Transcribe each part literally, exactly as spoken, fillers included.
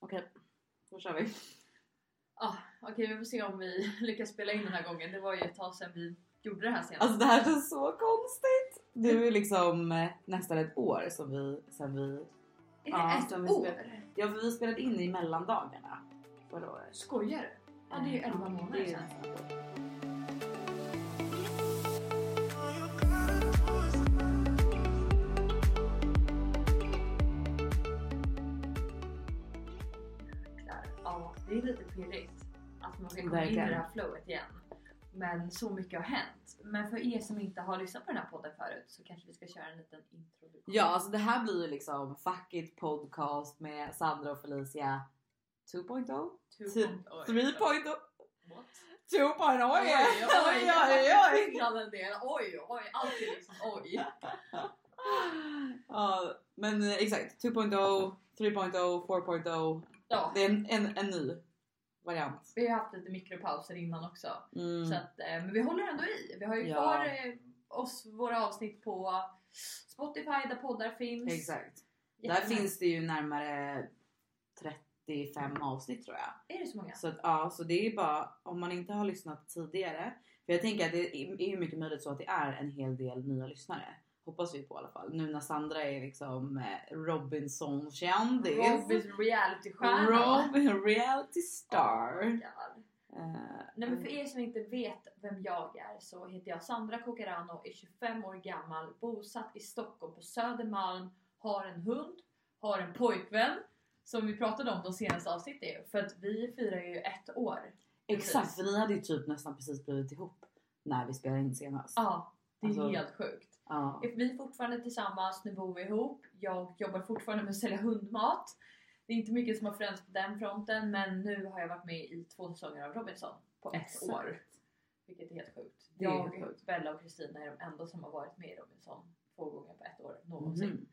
Okej, då kör vi. Ah, Okej, okay, vi får se om vi lyckas spela in den här gången. Det var ju ett tag sedan vi gjorde det här senast. Alltså det här känns så konstigt. Det är liksom nästan ett år som vi... Som vi är det ja, ett vi år? Spelade, ja, för vi spelade in i mellandagarna förra året. Skojar du? Ja, det är ju elva månader sedan. Ja, det är lite pirrigt att man ska komma in i det här flowet igen. Men så mycket har hänt. Men för er som inte har lyssnat på den här podden förut så kanske vi ska köra en liten introduktion. Ja, alltså det här blir ju liksom Fuck It podcast med Sandra och Felicia två punkt noll, tre punkt noll, två punkt noll, oj oj oj oj oj, alltid liksom oj. Ja, men exakt två punkt noll, tre punkt noll, fyra punkt noll. Ja. Det är en, en, en ny variant. Vi har haft lite mikropauser innan också. Mm. Så att, men vi håller ändå i. Vi har ju ja. kvar eh, oss, våra avsnitt på Spotify där poddar finns. Exakt. Där finns det ju närmare trettiofem avsnitt tror jag. Är det så många? Så, att, ja, så det är bara om man inte har lyssnat tidigare. För jag tänker att det är ju mycket möjligt så att det är en hel del nya lyssnare. Hoppas vi på i alla fall. Nu när Sandra är liksom Robinson kändis. Robins reality-stjärna. Robin reality star. Oh uh, Nej, men för er som inte vet vem jag är så heter jag Sandra Cocarano, är tjugofem år gammal, bosatt i Stockholm på Södermalm, har en hund, har en pojkvän som vi pratade om de senaste avsnitten. För att vi firar ju ett år. Exakt, för ni hade ju typ nästan precis blivit ihop när vi spelade in senast. Ja, det är alltså, helt sjukt. Ja. Vi är fortfarande tillsammans, nu bor vi ihop. Jag jobbar fortfarande med att sälja hundmat. Det är inte mycket som har förändrats på den fronten. Men nu har jag varit med i två säsonger av Robinson på ett Exakt. år. Vilket är helt sjukt. Det är jag, helt sjukt. Bella och Kristina är de enda som har varit med i Robinson två gånger på ett år någonsin. Mm.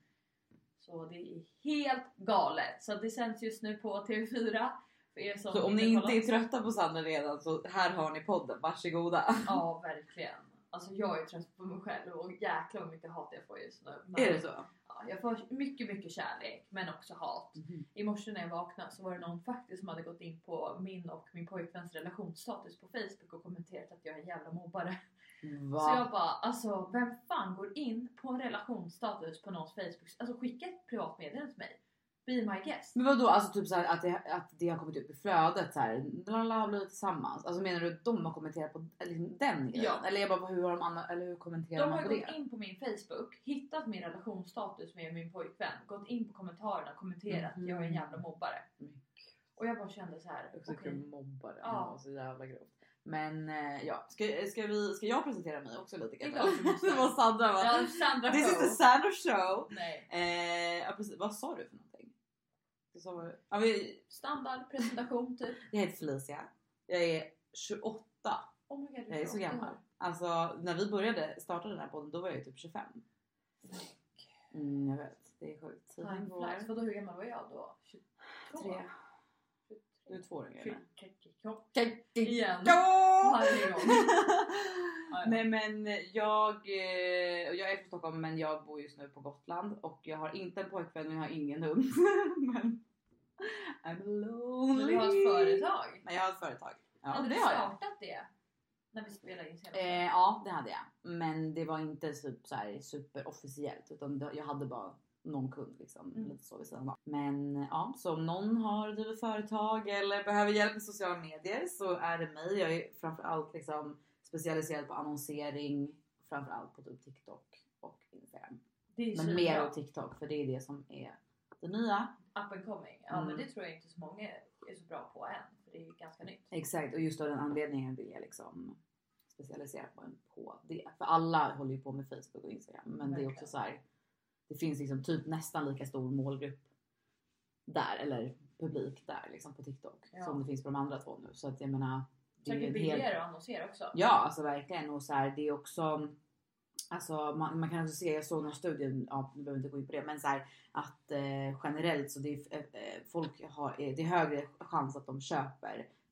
Så det är helt galet. Så det sänds just nu på T V fyra. För er som så om ni inte är trötta på Sandra redan så här har ni podden. Varsågoda. Ja, verkligen. Alltså jag är trött på mig själv och jäklar vad mycket hat jag får just nu. Men, är det så? Ja, jag får mycket, mycket kärlek men också hat. Mm-hmm. I morse när jag vaknade så var det någon faktiskt som hade gått in på min och min pojkväns relationsstatus på Facebook och kommenterat att jag är en jävla mobbare. Va? Så jag bara, alltså vem fan går in på en relationsstatus på någons Facebook? Alltså skicka ett privat meddelande till mig. Be my guest. Men vadå, alltså typ såhär att det, att det har kommit upp i flödet såhär, lala har blivit tillsammans. Alltså menar du att de har kommenterat på liksom, den grejen? Ja. Eller jag bara, hur har de andra, eller hur kommenterar de man på det? det? De har gått in på min Facebook, hittat min relationsstatus med min pojkvän, gått in på kommentarerna och kommenterat mm. att jag är en jävla mobbare. Mm. Och jag bara kände så här. Jag okay. mobbare, ja. var så jävla grovt. Men ja, ska, ska, vi, ska jag presentera mig också lite? Det var Sandra va? Ja, Sandra This is the Sandra show. Nej. Eh, ja, precis. Vad sa du för någonting? Så, ja, vi... Standard presentation typ. Jag heter Felicia. Jag är tjugoåtta. Oh my God, jag är så gammal. Alltså när vi började starta den här podden då var jag typ tjugofem. Mm, jag vet. Det är sjukt. Time flies. Vadå, hur gammal var jag då? tjugotvå? Tre. Du är två år yngre. Igen. Varje gång. Nej men jag, jag är från Stockholm men jag bor just nu på Gotland. Och jag har inte en pojkvän och jag har ingen hund. Men I'm lonely. Men du har ett företag? Men jag har ett företag. Ja, hade det du har startat jag. det? När vi spelade in senast? Eh, ja det hade jag. Men det var inte typ så här superofficiellt. Utan jag hade bara någon kund liksom, mm. lite så vid sidan av. Men ja, så om någon har drivit företag eller behöver hjälp med sociala medier så är det mig. Jag är framförallt liksom specialiserad på annonsering, framförallt på typ TikTok och Instagram. Men mer av TikTok för det är det som är det nya. Up and coming. Ja mm. men det tror jag inte så många är så bra på än. För det är ju ganska nytt. Exakt, och just av den anledningen vill jag liksom specialisera på, på det. För alla håller ju på med Facebook och Instagram. Men verkligen. Det är också så här. Det finns liksom typ nästan lika stor målgrupp där, eller publik där liksom på TikTok ja. Som det finns på de andra två nu. Så att jag menar... Det är billigare hel... att annonsera också. Ja, alltså verkligen. Och så här, det är också... Alltså man, man kan också se, jag såg någon studie, ja, nu behöver inte gå in på det, men så här, att eh, generellt så det är, eh, folk har, det är högre chans att de köper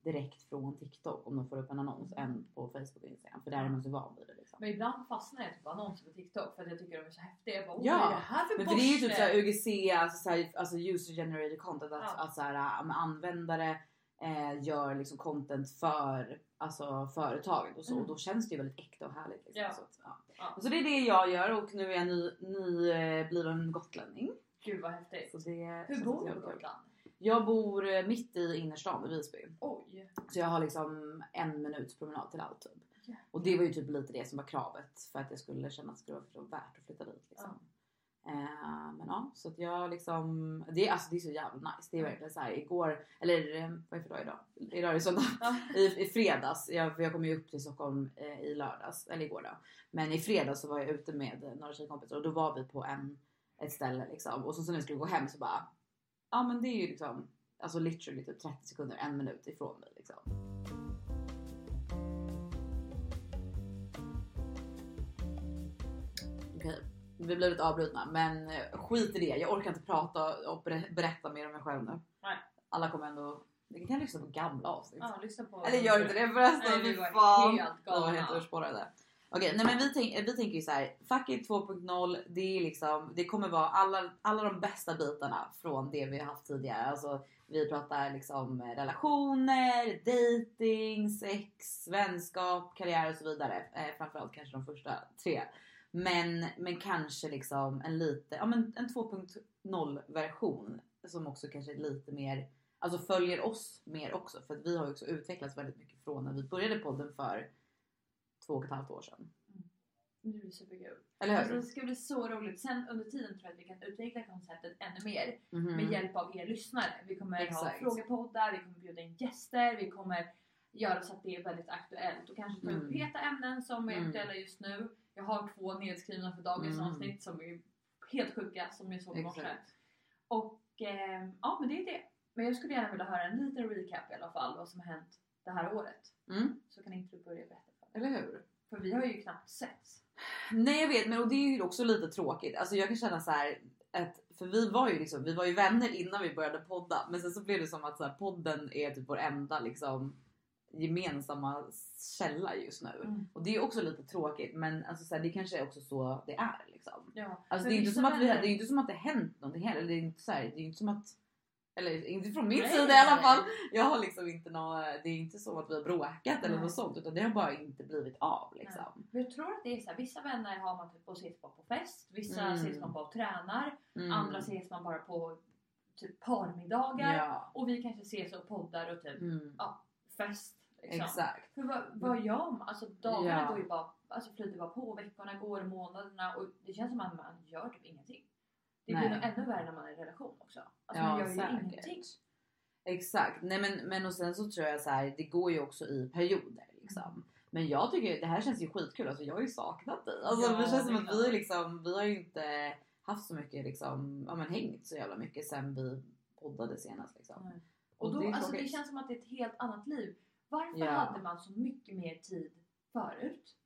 direkt från TikTok om de får upp en annons än på Facebook och Instagram. För där är man så van vid det liksom. Men ibland fastnar jag typ på annonser på TikTok för att jag tycker de är så häftiga. Jag bara, ja, vad är det här för men Porsche? för det är ju typ såhär U G C, alltså, såhär, alltså user generated content. Att, ja. att såhär, med användare eh, gör liksom content för alltså, företaget och så. Mm. Och då känns det ju väldigt äkta och härligt. Liksom, ja. så, att, ja. Ja. så det är det jag gör och nu är jag ny, ny eh, bliven gotlänning. Gud vad häftigt. Så det, hur bor du på Gotland? Jag bor mitt i innerstan i Visby. Oj. Så jag har liksom en minuts promenad till allt typ. Yeah. Och det var ju typ lite det som var kravet för att jag skulle känna att det skulle vara värt att flytta dit liksom. Ja. Eh, men ja, så att jag liksom det är, alltså, det är så jävla nice. Det är verkligen så här igår, eller vad är för dag idag? Idag är det söndag. Ja. I, I fredags, jag, jag kom ju upp till Stockholm eh, i lördags, eller igår då. Men i fredags så var jag ute med några tjejkompisar och då var vi på en, ett ställe liksom. Och så, så när vi skulle gå hem så bara ja men det är ju liksom alltså literally typ trettio sekunder, en minut ifrån mig liksom. Okej, vi blev lite avbrutna men skit i det. Jag orkar inte prata och berätta mer om mig själv nu. Nej. Alla kommer ändå, vi kan lyssna på gamla avsnitt. Ja, lyssna på. Eller gör inte det förresten. Nej, vi var fan. helt galna. Det var helt urspårade. Okej, nej men vi, tänk, vi tänker ju så här, Fuck It två punkt noll, det är liksom, det kommer vara alla, alla de bästa bitarna från det vi har haft tidigare. Alltså vi pratar liksom relationer, dating, sex, vänskap, karriär och så vidare. Eh, framförallt kanske de första tre. Men, men kanske liksom en lite, ja men en två punkt noll version som också kanske är lite mer, alltså följer oss mer också. För att vi har ju också utvecklats väldigt mycket från när vi började podden för två och ett halvt år sedan. Mm. Det blir superkul. Eller hur? Alltså, det ska bli så roligt. Sen under tiden tror jag att vi kan utveckla konceptet ännu mer. Mm-hmm. Med hjälp av er lyssnare. Vi kommer Exakt. ha frågepoddar, vi kommer bjuda in gäster, vi kommer göra så att det är väldigt aktuellt. Och kanske ta upp Mm. heta ämnen som är Mm. aktuella just nu. Jag har två nedskrivna för dagens Mm. avsnitt som är helt sjuka som jag såg i morse. Exakt. Och eh, ja men det är det. Men jag skulle gärna vilja höra en liten recap i alla fall. Vad som har hänt det här året. Mm. Så kan inte du börja berätta för mig. Eller hur? För vi har ju knappt setts. Nej jag vet, men och det är ju också lite tråkigt. Alltså jag kan känna så här att, för vi var ju liksom, vi var ju vänner innan vi började podda. Men sen så blev det som att så här, podden är typ vår enda liksom gemensamma källa just nu. Mm. Och det är ju också lite tråkigt, men alltså så här, det kanske är också så det är liksom. Ja. Alltså det är inte som att vi, det är inte som att det hänt någonting heller. Det är inte så här, det är inte som att, eller inte från min nej, sida i alla fall. Jag har liksom inte nå, det är inte så att vi har bråkat eller något sånt, utan det har bara inte blivit av liksom. Jag tror att det är så här, vissa vänner har man typ på ses bara på fest, vissa mm. ses man bara och tränar, mm. andra ses man bara på typ parmiddagar ja. Och vi kanske ses och poddar och typ mm. ja, fest liksom. Exakt. För vad, vad gör man? Alltså dagarna ja. går ju bara, alltså flyter bara på, veckorna går, månaderna och det känns som att man gör typ ingenting. Det blir nog ännu värre när man är i relation också. Alltså ja, man gör ju säkert. ingenting. Exakt. Nej men, men och sen så tror jag så här, det går ju också i perioder liksom. Mm. Men jag tycker det här känns ju skitkul. Alltså jag har ju saknat dig. Alltså ja, det känns som att vi liksom, vi har ju inte haft så mycket liksom, ja men hängt så jävla mycket sen vi poddade senast liksom. Mm. Och, och då, det, alltså, det känns som att det är ett helt annat liv. Varför ja. hade man så mycket mer tid förut?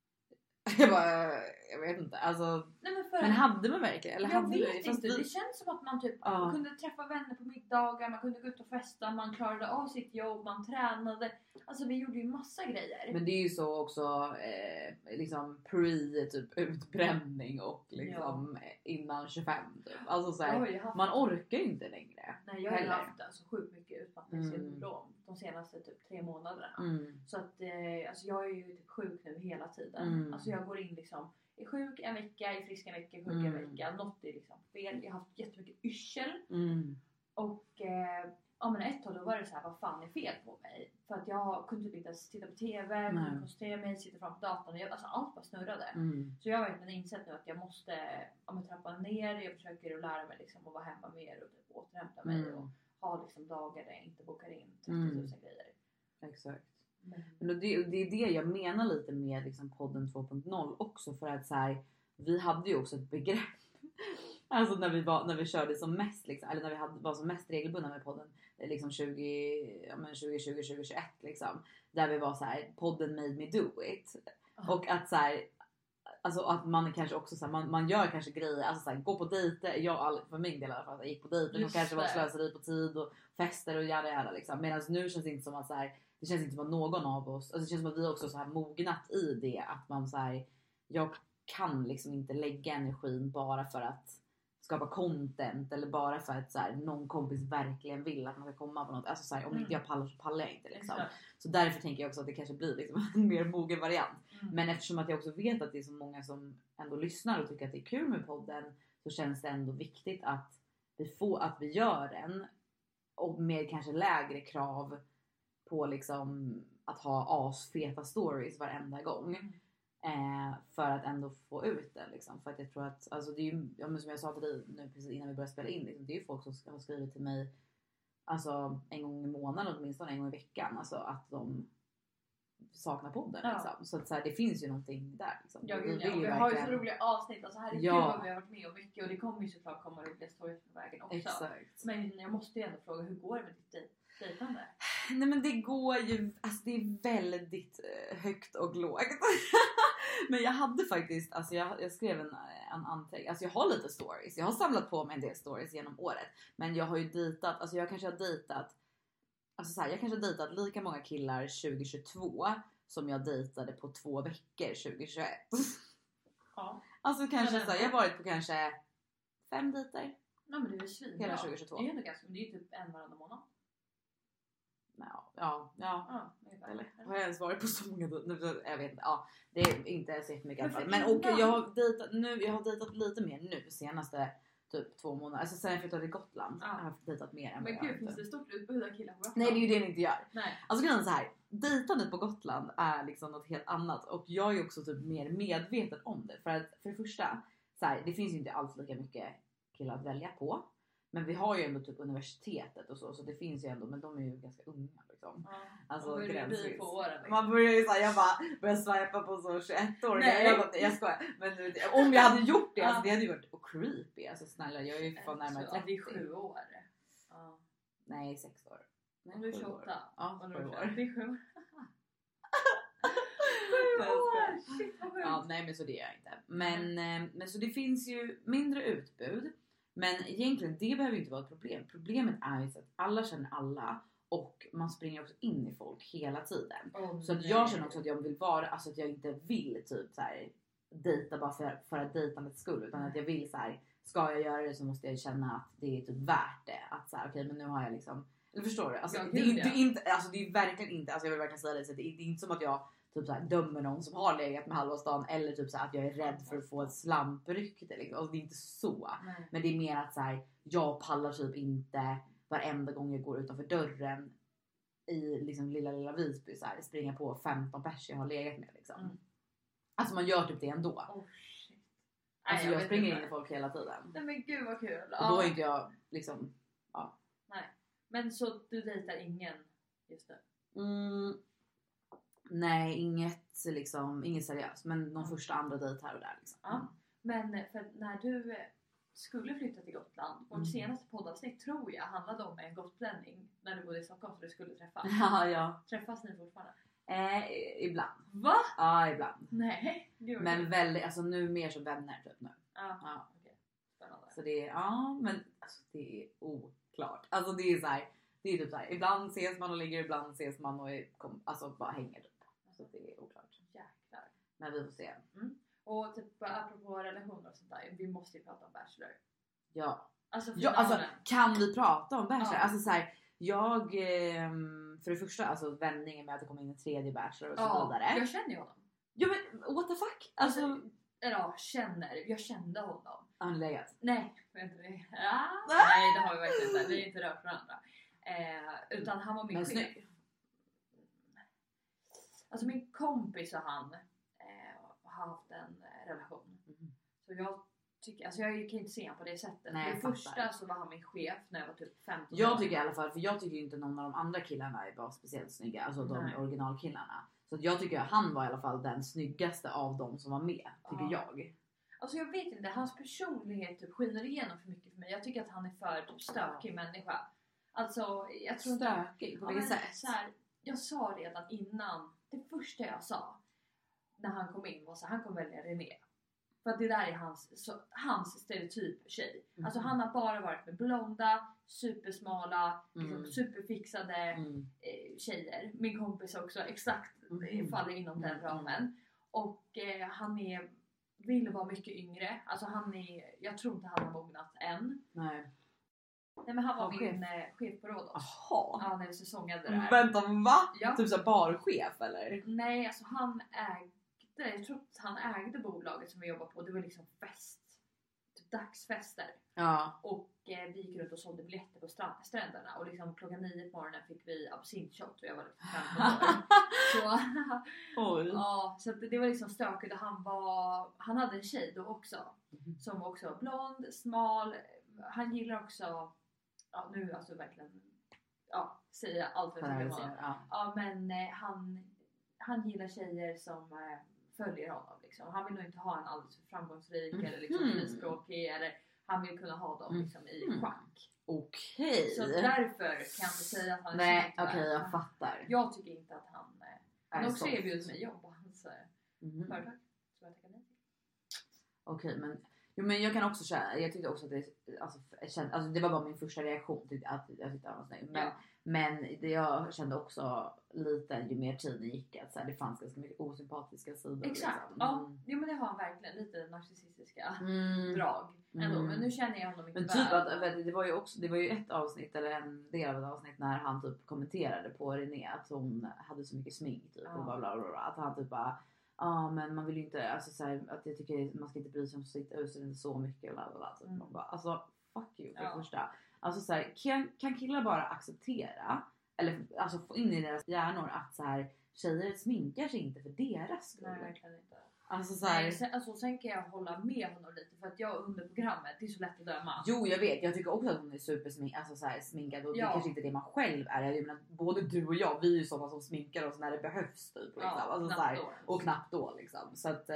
Jag bara, jag vet inte. Alltså, nej, men, för men hade man verkligen? Eller jag hade vet vi, inte. Vi... Det känns som att man typ ja. kunde träffa vänner på middagar, man kunde gå ut och festa, man klarade av sitt jobb, man tränade. Alltså vi gjorde ju massa grejer. Men det är ju så också eh, liksom pre typ utbränning och liksom ja. innan tjugofem typ. Alltså så här, haft... man orkar ju inte längre. Nej, jag har ju haft alltså, sjukt mycket utmattningssyndrom mm. de senaste typ tre månaderna. Mm. Så att eh, alltså, jag är ju typ sjuk nu hela tiden. Mm. Alltså jag går in liksom är sjuk en vecka, är frisk en vecka, sjuk mm. en vecka. Något är liksom fel. Jag har haft jättemycket yrsel. Mm. Och eh, ja men ett tag då var det så här, vad fan är fel på mig? För att jag kunde typ inte ens titta på tv, kunde koncentrera mig, sitta framför datorn. Jag, alltså allt bara snurrade. Mm. Så jag har verkligen insett nu att jag måste ja, men, trappa ner. Jag försöker att lära mig liksom att vara hemma mer och typ återhämta mig. Mm. Och ha liksom dagar där jag inte bokar in trettio tusen mm. grejer. Exakt. Mm. Men det, det är det jag menar lite med liksom podden två punkt noll också. För att så här, vi hade ju också ett begrepp. Alltså när vi, var, när vi körde som mest liksom, eller när vi hade, var som mest regelbundna med podden liksom tjugo, ja, men tjugo tjugo tjugo tjugoett liksom. Där vi var så här, podden made me do it. Oh. Och att så här, Alltså att man kanske också så här, man, man gör kanske grejer, alltså så här, gå på dejter, jag all, för min del i alla fall, jag gick på dejter och kanske var slöseri på tid och fester och jävla jävla liksom. Medan nu känns det inte som att så här, det känns inte som att någon av oss, alltså det känns som att vi också så här mognat i det, att man så här, jag kan liksom inte lägga energin bara för att skapa content eller bara för att så här, någon kompis verkligen vill att man ska komma på något. Alltså så här, om mm. inte jag pallar så pallar jag inte liksom. Exakt. Så därför tänker jag också att det kanske blir liksom en mer mogen variant. Mm. Men eftersom att jag också vet att det är så många som ändå lyssnar och tycker att det är kul med podden, så känns det ändå viktigt att vi får, att vi gör den och med kanske lägre krav på liksom att ha asfeta stories varenda gång. Mm. Eh, för att ändå få ut det liksom. För att jag tror att, alltså det är ju, ja, men som jag sa till dig nu precis innan vi började spela in liksom, det är ju folk som har skrivit till mig alltså en gång i månaden, åtminstone en gång i veckan, alltså att de saknar podden ja. Liksom. Så att så här, det finns ju någonting där liksom. Ja, vi, ja, vi har ju så roliga avsnitt, alltså här är ja. Kul vad vi har varit med om mycket, och det kommer ju såklart komma roliga stories på vägen också. Exakt. Men jag måste ju ändå fråga, hur går det med ditt dejtande? Nej men det går ju, alltså det är väldigt högt och lågt. Men jag hade faktiskt, alltså jag, jag skrev en, en anteckning, alltså jag har lite stories, jag har samlat på mig en del stories genom året. Men jag har ju dejtat, alltså jag kanske har dejtat, alltså så här, jag kanske har dejtat lika många killar tjugohundratjugotvå som jag dejtade på två veckor tjugohundratjugoett. Ja. Alltså kanske så här, jag har varit på kanske fem dejter. Nej men det är ju svin. Hela tjugohundratjugotvå. Det är ju ändå ganska, det är ju typ en varannan månad. Ja, ja, ja. ja eller har jag ens varit på så många dejter? Jag vet inte. Ja, det är inte så jättemycket i alla fall. Men och jag har dejtat nu, jag har dejtat lite mer nu senaste typ två månader. Alltså sen jag flyttade till Gotland ja. Jag har haft dejtat mer än men gud, finns det stort utbud av killar på Gotland? Nej, det är ju det vi inte gör. Nej. Alltså grejen är så här, dejtandet på Gotland är liksom något helt annat, och jag är också typ mer medveten om det, för att för det första så här, det finns ju inte alls lika mycket killar att välja på. Men vi har ju ändå typ universitetet och så, så det finns ju ändå, men de är ju ganska unga liksom. Ja. Alltså man börjar på åren. Liksom. Man börjar ju såhär, jag bara börjar swipa på så tjugoett år. Nej. Jag, bara, jag skojar. Men om jag hade gjort det, alltså, det hade ju varit och creepy. Alltså snälla, jag är ju fan närmare trettio. Det är sju år. Ja. Nej, sex år. Nej, om du är tjugoåtta. Ja, sju år. Det är sju år. Shit, vad sjukt. Ja, nej men så det gör jag inte. Men, mm. men så det finns ju mindre utbud. Men egentligen, det behöver inte vara ett problem. Problemet är ju att alla känner alla. Och man springer också in i folk hela tiden. Oh, så att jag känner också att jag vill vara, alltså att jag inte vill typ så här dejta bara för, för att dejtandets skull. Utan att jag vill så här, ska jag göra det så måste jag känna att det är typ värt det. Att så här, okej, okay, men nu har jag liksom, eller förstår du? Alltså, ja, det, är, det, är inte, alltså det är verkligen inte, alltså jag vill verkligen säga det, så det är, det är inte som att jag typ så här dömer någon som har legat med halva stan, eller typ så här att jag är rädd för att få ett slamprykte liksom. Alltså det är inte så. Nej. Men det är mer att så här, jag pallar typ inte varenda gång jag går utanför dörren i liksom lilla lilla Visby så här, springa på femton pers jag har legat med liksom. Mm. Alltså man gör typ det ändå. Oh, shit. Alltså Nej, jag, jag springer in i folk hela tiden. Nej men gud vad kul. Och då är inte jag liksom, ja. Nej. Men så du dejtar ingen just nu? Mm. Nej, inget liksom, inget seriöst. Men någon mm. första andra dejt här och där liksom. Ja. Men för när du skulle flytta till Gotland, vårt mm. senaste poddavsnitt tror jag handlade om en gotlänning när du bodde i Stockholm så du skulle träffa. Ja, ja. Träffas ni fortfarande? Eh, ibland. Va? Ja, ibland. Nej. Men väldigt, alltså nu mer som vänner typ nu. Ja, ja. Okej. Okay. Spännande. Så det är, ja men alltså det är oklart. Alltså det är så här, det är typ så här, ibland ses man och ligger, ibland ses man och är, kom, alltså bara hänger typ. Så det är oklart. Jäklar. Men vi får se. Mm. Och typ apropå relationer och sånt där, vi måste ju prata om Bachelor. Ja. Alltså, ja, alltså kan vi prata om Bachelor? Ja. Alltså så här, jag eh, för det första alltså vändningen med att det kommer in en tredje Bachelor och så ja, vidare. Jag känner ju honom. Ja men what the fuck? Alltså, alltså ja, känner. Jag kände honom. Har ni legat? Nej, vet inte det. Ja. Nej, det har vi verkligen inte. Vi är inte rört varandra. Eh, utan han var min chef. Snygg. Alltså min kompis och han eh, har haft en eh, relation. Mm. Så jag tycker, alltså jag kan inte se honom på det sättet. Nej, för det första så var han min chef när jag var typ femton Jag tycker i alla fall, för jag tycker inte någon av de andra killarna var speciellt snygga. Alltså de Nej. originalkillarna. Så jag tycker att han var i alla fall den snyggaste av dem som var med, tycker ja. jag. Alltså jag vet inte, hans personlighet typ skiner igenom för mycket för mig. Jag tycker att han är för typ stökig människa. Alltså jag tror inte... Stökig? På vilket sätt? Så här, jag sa redan innan, det första jag sa när han kom in var så här, han kom välja René. För att det där är hans, så, hans stereotyp tjej. Mm. Alltså han har bara varit med blonda, supersmala, Mm. liksom, superfixade Mm. eh, tjejer. Min kompis också exakt Mm. faller inom den Mm. ramen. Och eh, han är, vill vara mycket yngre. Alltså han är, jag tror inte han har mognat än. Nej. Nej men han var Ja, min chef. eh, chef på Rhodos. Jaha. Ja, när vi säsongade det där. Vänta, va? Ja. Typ såhär barchef eller? Nej, alltså han ägde, jag tror att han ägde bolaget som vi jobbar på. Det var liksom fest, typ dagsfester. Ja. Och eh, vi gick runt och sålde biljetter på strand, stränderna. Och liksom klockan nio på morgonen fick vi absintshot och jag var liksom femton år. Så, Oj. ja, så att det, det var liksom stökigt. Och han var, han hade en tjej då också. Mm. Som var också blond, smal. Han gillar också, ja nu alltså verkligen, ja säga allt vad jag tycker om honom. Ja. Ja men eh, han, han gillar tjejer som eh, följer honom liksom. Han vill nog inte ha en alldeles för framgångsrik Mm. eller liksom Mm. frispråkig eller han vill kunna ha dem liksom i Mm. schack. Okej. Så därför kan jag inte säga att han är Nej, snygg, okej tyvärr. jag fattar. Jag tycker inte att han, eh, han Är har också soft. erbjudit mig jobb på hans eh, Mhm. företag. Så jag tackar nej till. Okej men, jo, men jag kan också känna, jag tyckte också att det, alltså, jag kände, alltså, det var bara min första reaktion till att jag tyckte han var snygg. Men, Ja. men det jag kände också lite ju mer tiden gick att så här, det fanns ganska mycket osympatiska sidor. Exakt, Liksom. ja. Mm. Jo men det har han verkligen, lite narcissistiska Mm. drag ändå. Mm. Men nu känner jag honom inte Men typ väl. att vet du, det var ju också, det var ju ett avsnitt eller en del av ett avsnitt när han typ kommenterade på René att hon hade så mycket smink typ Ja. och bla bla bla, bla. Att han typ bara ja ah, men man vill ju inte, alltså så här, att jag tycker man ska inte bry sig om sitt utseende så mycket bla bla bla. Typ. Mm. Man bara, alltså fuck you för Ja. det första. Alltså så här, kan, kan killar bara acceptera eller alltså få in i deras hjärnor att så här tjejer sminkar sig inte för deras skull. Nej verkligen inte. Alltså så här, Nej, sen, alltså, sen kan jag hålla med honom lite för att jag under programmet, det är så lätt att döma. jo jag vet, jag tycker också att hon är supersminkad, alltså så här, sminkad och det Ja. är kanske inte det man själv är. Jag menar, både du och jag, vi är ju sådana som sminkar oss när det behövs typ. Liksom. Ja, alltså, så knappt här, då. och knappt då liksom. Så att, eh,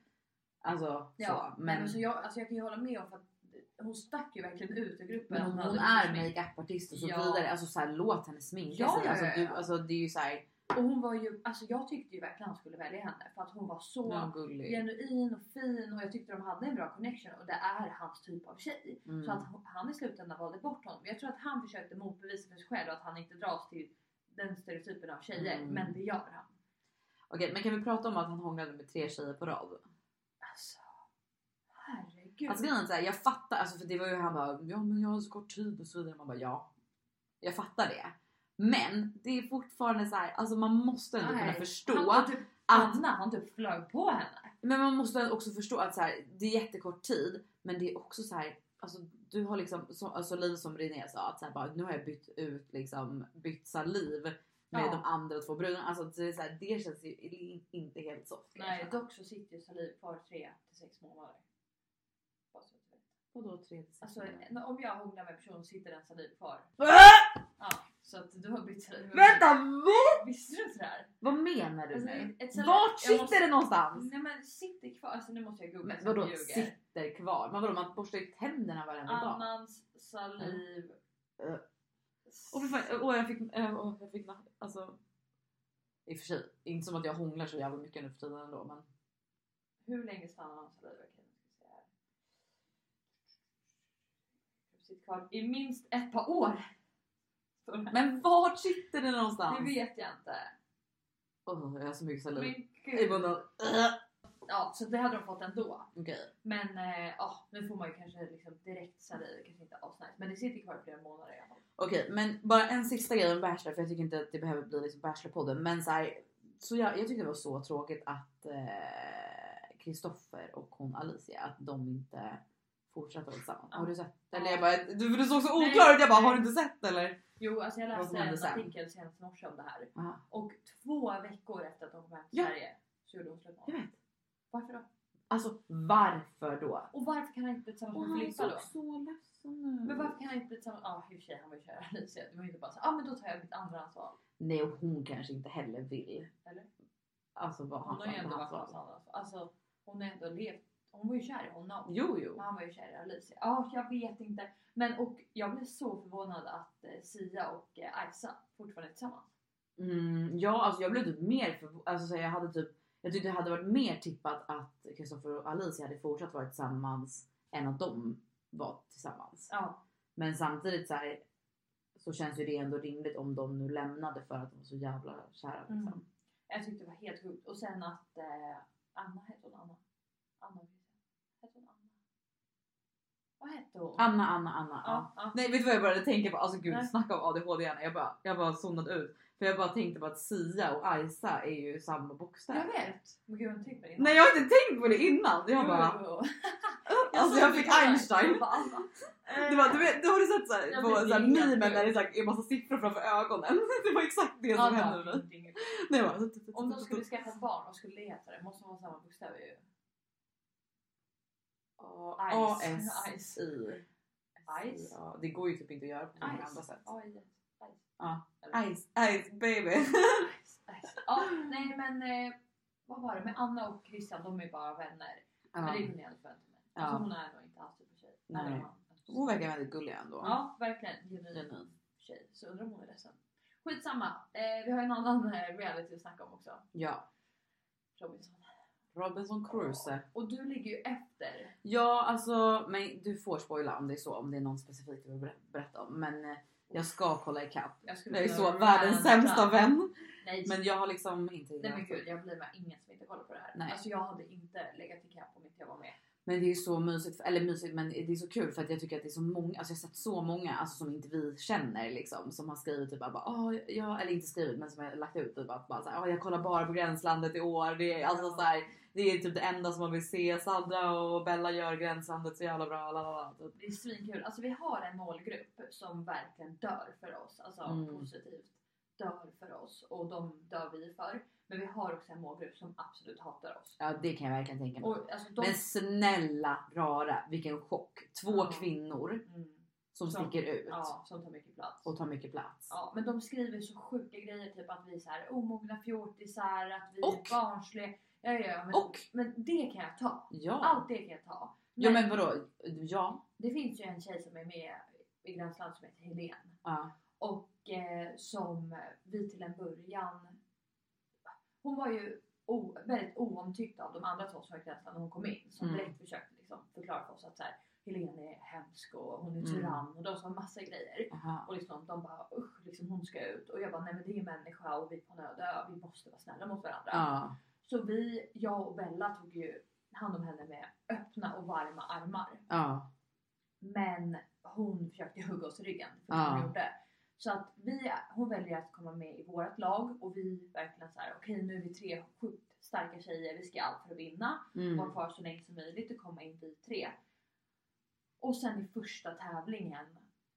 alltså Ja, så. men Men, alltså, jag, alltså jag kan ju hålla med om för att hon stack ju verkligen ut ur gruppen. men hon, hade hon mycket är smink. makeup-artist och så Ja. vidare. Alltså så här, låt henne sminka Ja, sig. ja, Alltså, ja, du, ja. alltså det är ju så här, Och hon var ju, alltså jag tyckte ju verkligen han skulle välja henne för att hon var så ja, gullig. genuin och fin och jag tyckte de hade en bra connection och det är hans typ av tjej. Mm. Så att hon- han i slutändan valde bort honom. Jag tror att han försökte motbevisa för sig själv att han inte dras till den stereotypen av tjejer, Mm. men det gör han. Okej, men kan vi prata om att han hånglade med tre tjejer på rad? Alltså, herregud. Alltså grejen är så här, jag fattar, alltså för det var ju han bara, ja men jag har så kort tid och så vidare. Man bara ja, jag fattar det. Men det är fortfarande så här, alltså man måste ändå kunna Nej, förstå han, och typ, att, Anna, han typ flög på henne. men man måste också förstå att så här, det är jättekort tid, men det är också så här, alltså du har liksom, så, alltså lite som René sa, att så här, bara, nu har jag bytt ut liksom, bytt saliv med Ja. de andra två bröderna, alltså det, är så här, det känns ju inte helt soft. Nej, dock så sitter ju saliv kvar tre till sex månader. Bara så att du vet. Och då tre till sex Alltså månader. om jag hånglar med en person sitter en saliv kvar. Äh! Ja, så att du har bytt saliv. Vänta, vad? Visste du inte det här? Vad menar du Alltså, nu? ett saliv- Vart jag sitter måste- det någonstans? Nej men sitter kvar, alltså nu måste jag googla Men så att vadå jag ljuger. sitter kvar? Men vadå, man borstar ju tänderna varenda dag? Annans saliv. Mm. Åh fy fan, åh jag fick, äh, åh, jag fick natt, alltså. I och för sig, inte som att jag hånglar så jävla mycket nu för tiden ändå, men. Hur länge stannar hans saliv? Okej, nu ska vi se här. Sitter kvar i minst ett par år. Står det. Men vart sitter det någonstans? Det vet jag inte. Åh, jag har så mycket saliv. Men I gud. munnen. Äh. Ja, så det hade de fått ändå. Okej. Men eh, ja, nu får man ju kanske liksom direkt saliv, kanske inte asnice. Men det sitter kvar i flera månader i alla fall. Okej, men bara en sista grej om Bachelor, för jag tycker inte att det behöver bli liksom Bachelor-podden. Men så här, så jag, jag tyckte det var så tråkigt att Kristoffer och hon Alicia, att de inte fortsatte vara tillsammans. Ja. Har du sett? Eller Ja. jag bara, du, för du såg så Nej, oklar ut, jag bara, nej. har du inte sett eller? Jo, alltså jag Vad läste som hände en sen? artikel senast i morse om det här. Aha. Och två veckor efter att de kom hem till Ja. Sverige så gjorde hon slut med Jag honom. vet. Varför då? Alltså varför då? Och varför kan han inte bli tillsammans Åh, med han Filippa såg då? så ledsen ut. Men varför kan han inte bli tillsammans? Ja, i och för sig han var ju kär i Alicia. Det var ju inte bara så, ja ah, men då tar jag mitt andra ansvar. Nej, och hon kanske inte heller vill. Eller? Alltså vad Hon har ju ändå varit hans andra ansvar. Alltså hon har ändå levt. Hon var ju kär i honom. Jo, jo. Och han var ju kär i Alicia. Ja, jag vet inte. Men och jag blev så förvånad att eh, Sia och eh, Isa fortfarande är tillsammans. Mm, ja, alltså jag blev typ mer för, alltså så jag hade typ, Jag tyckte det hade varit mer tippat att Kristoffer och Alicia hade fortsatt vara tillsammans än att de var tillsammans. Ja. Men samtidigt så, här, så känns ju det ändå rimligt om de nu lämnade för att de var så jävla kära. Liksom. Mm. Jag tyckte det var helt sjukt. Och sen att eh, Anna, hette hon Anna? Anna, hette hon Anna? Vad hette hon? Anna, Anna, Anna. Ja, Ja. ja. Nej, vet du vad jag började tänka på? Alltså gud, Nej. snacka om A D H D-hjärna. Jag bara, jag bara zonade ut. För jag bara tänkte på att Sia och Aisa är ju samma bokstäver. Jag vet. Men gud, jag har inte tänkt på det innan. Nej, jag har inte tänkt på det innan. Jag bara... Jo, jo. Alltså jag fick Einstein. Jag bara, Anna. Det var, du, vet, du har du sett såhär, Jag på blir såhär helt memen sjuk. där det är, så här, är massa siffror framför ögonen. Det var exakt det Ja, som det hände var med mig. ingenting. Nej, jag bara, Om de skulle skaffa ett barn, vad skulle det heta? Det måste vara samma bokstäver ju. A S I. Ice. Ja, det går ju typ inte att göra på många andra Ice. sätt. Ice. Ja. Eller- Ice, ice baby. Ice. Ice. Ja, nej men eh, vad var det? Med Anna och Christian, de är bara vänner. Men det Ja. kunde jag inte förvänta mig. Alltså Ja. hon är nog inte alls för tjej. Nej. Eller han. Hon verkar väldigt gullig ändå. Ja, verkligen. Genuin Genuin. tjej. Så undrar om hon är ledsen. Skitsamma. Eh, vi har en annan eh, reality att snacka om också. Ja. Robinson. Robinson Crusoe. Och du ligger ju efter. Ja, alltså, men du får spoila om det är så, om det är någon specifikt du vill ber- berätta om. Men eh, jag ska kolla ikapp. Jag skulle Jag är kunna så världens ranta. sämsta vän. Nej, Men jag har liksom inte... nej men gud, jag blir med ingen som inte kollar på det här. Nej. Alltså jag hade inte legat i kapp om inte jag var med. Men det är så mysigt, eller mysigt, men det är så kul för att jag tycker att det är så många, alltså jag har sett så många, alltså som inte vi känner liksom, som har skrivit typ bara, åh, ja, eller inte skrivit, men som har lagt ut typ att bara såhär, åh, jag kollar bara på Gränslandet i år, det är alltså Ja. så här, det är typ det enda som man vill se, Sandra och Bella gör Gränslandet så jävla bra, lalala, typ. Det är svinkul. Alltså vi har en målgrupp som verkligen dör för oss. Alltså Mm. positivt dör för oss. Och de dör vi för. Men vi har också en målgrupp som absolut hatar oss. Ja, det kan jag verkligen tänka mig. Och, alltså, de... Men snälla rara, vilken chock. Två Ja. kvinnor Mm. som Som- sticker ut Ja, som tar mycket plats. och tar mycket plats. Ja, men de skriver så sjuka grejer. Typ att vi är så här omogna fjortisar. Att vi Och- är barnsliga. Ja, ja, ja, men, Och- men det kan jag ta. Ja. Allt det kan jag ta. Ja, men vadå? Ja. Det finns ju en tjej som är med i Gränsland som heter Helene. Ja. Och eh, som vi till en början... Hon var ju o, väldigt oomtyckt av de andra två som var i Gränsland när hon kom in. Som Mm. direkt försökte liksom förklara för oss att så här, Helene är hemsk och hon är Mm. tyrann. Och de sa massa grejer. Aha. Och liksom, de bara usch, liksom, hon ska ut. Och jag bara nej men det är en människa och vi är på en öde ö. Vi måste vara snälla mot varandra. Ja. Så vi, jag och Bella tog ju hand om henne med öppna och varma armar. Ja. Men hon försökte hugga oss i ryggen. För Ja. hon gjorde. Så att vi, hon väljer att komma med i vårt lag. Och vi verkligen så här: okej nu är vi tre sjukt starka tjejer. Vi ska allt för att vinna. Mm. Vara kvar så länge som möjligt och komma in vi tre. Och sen i första tävlingen.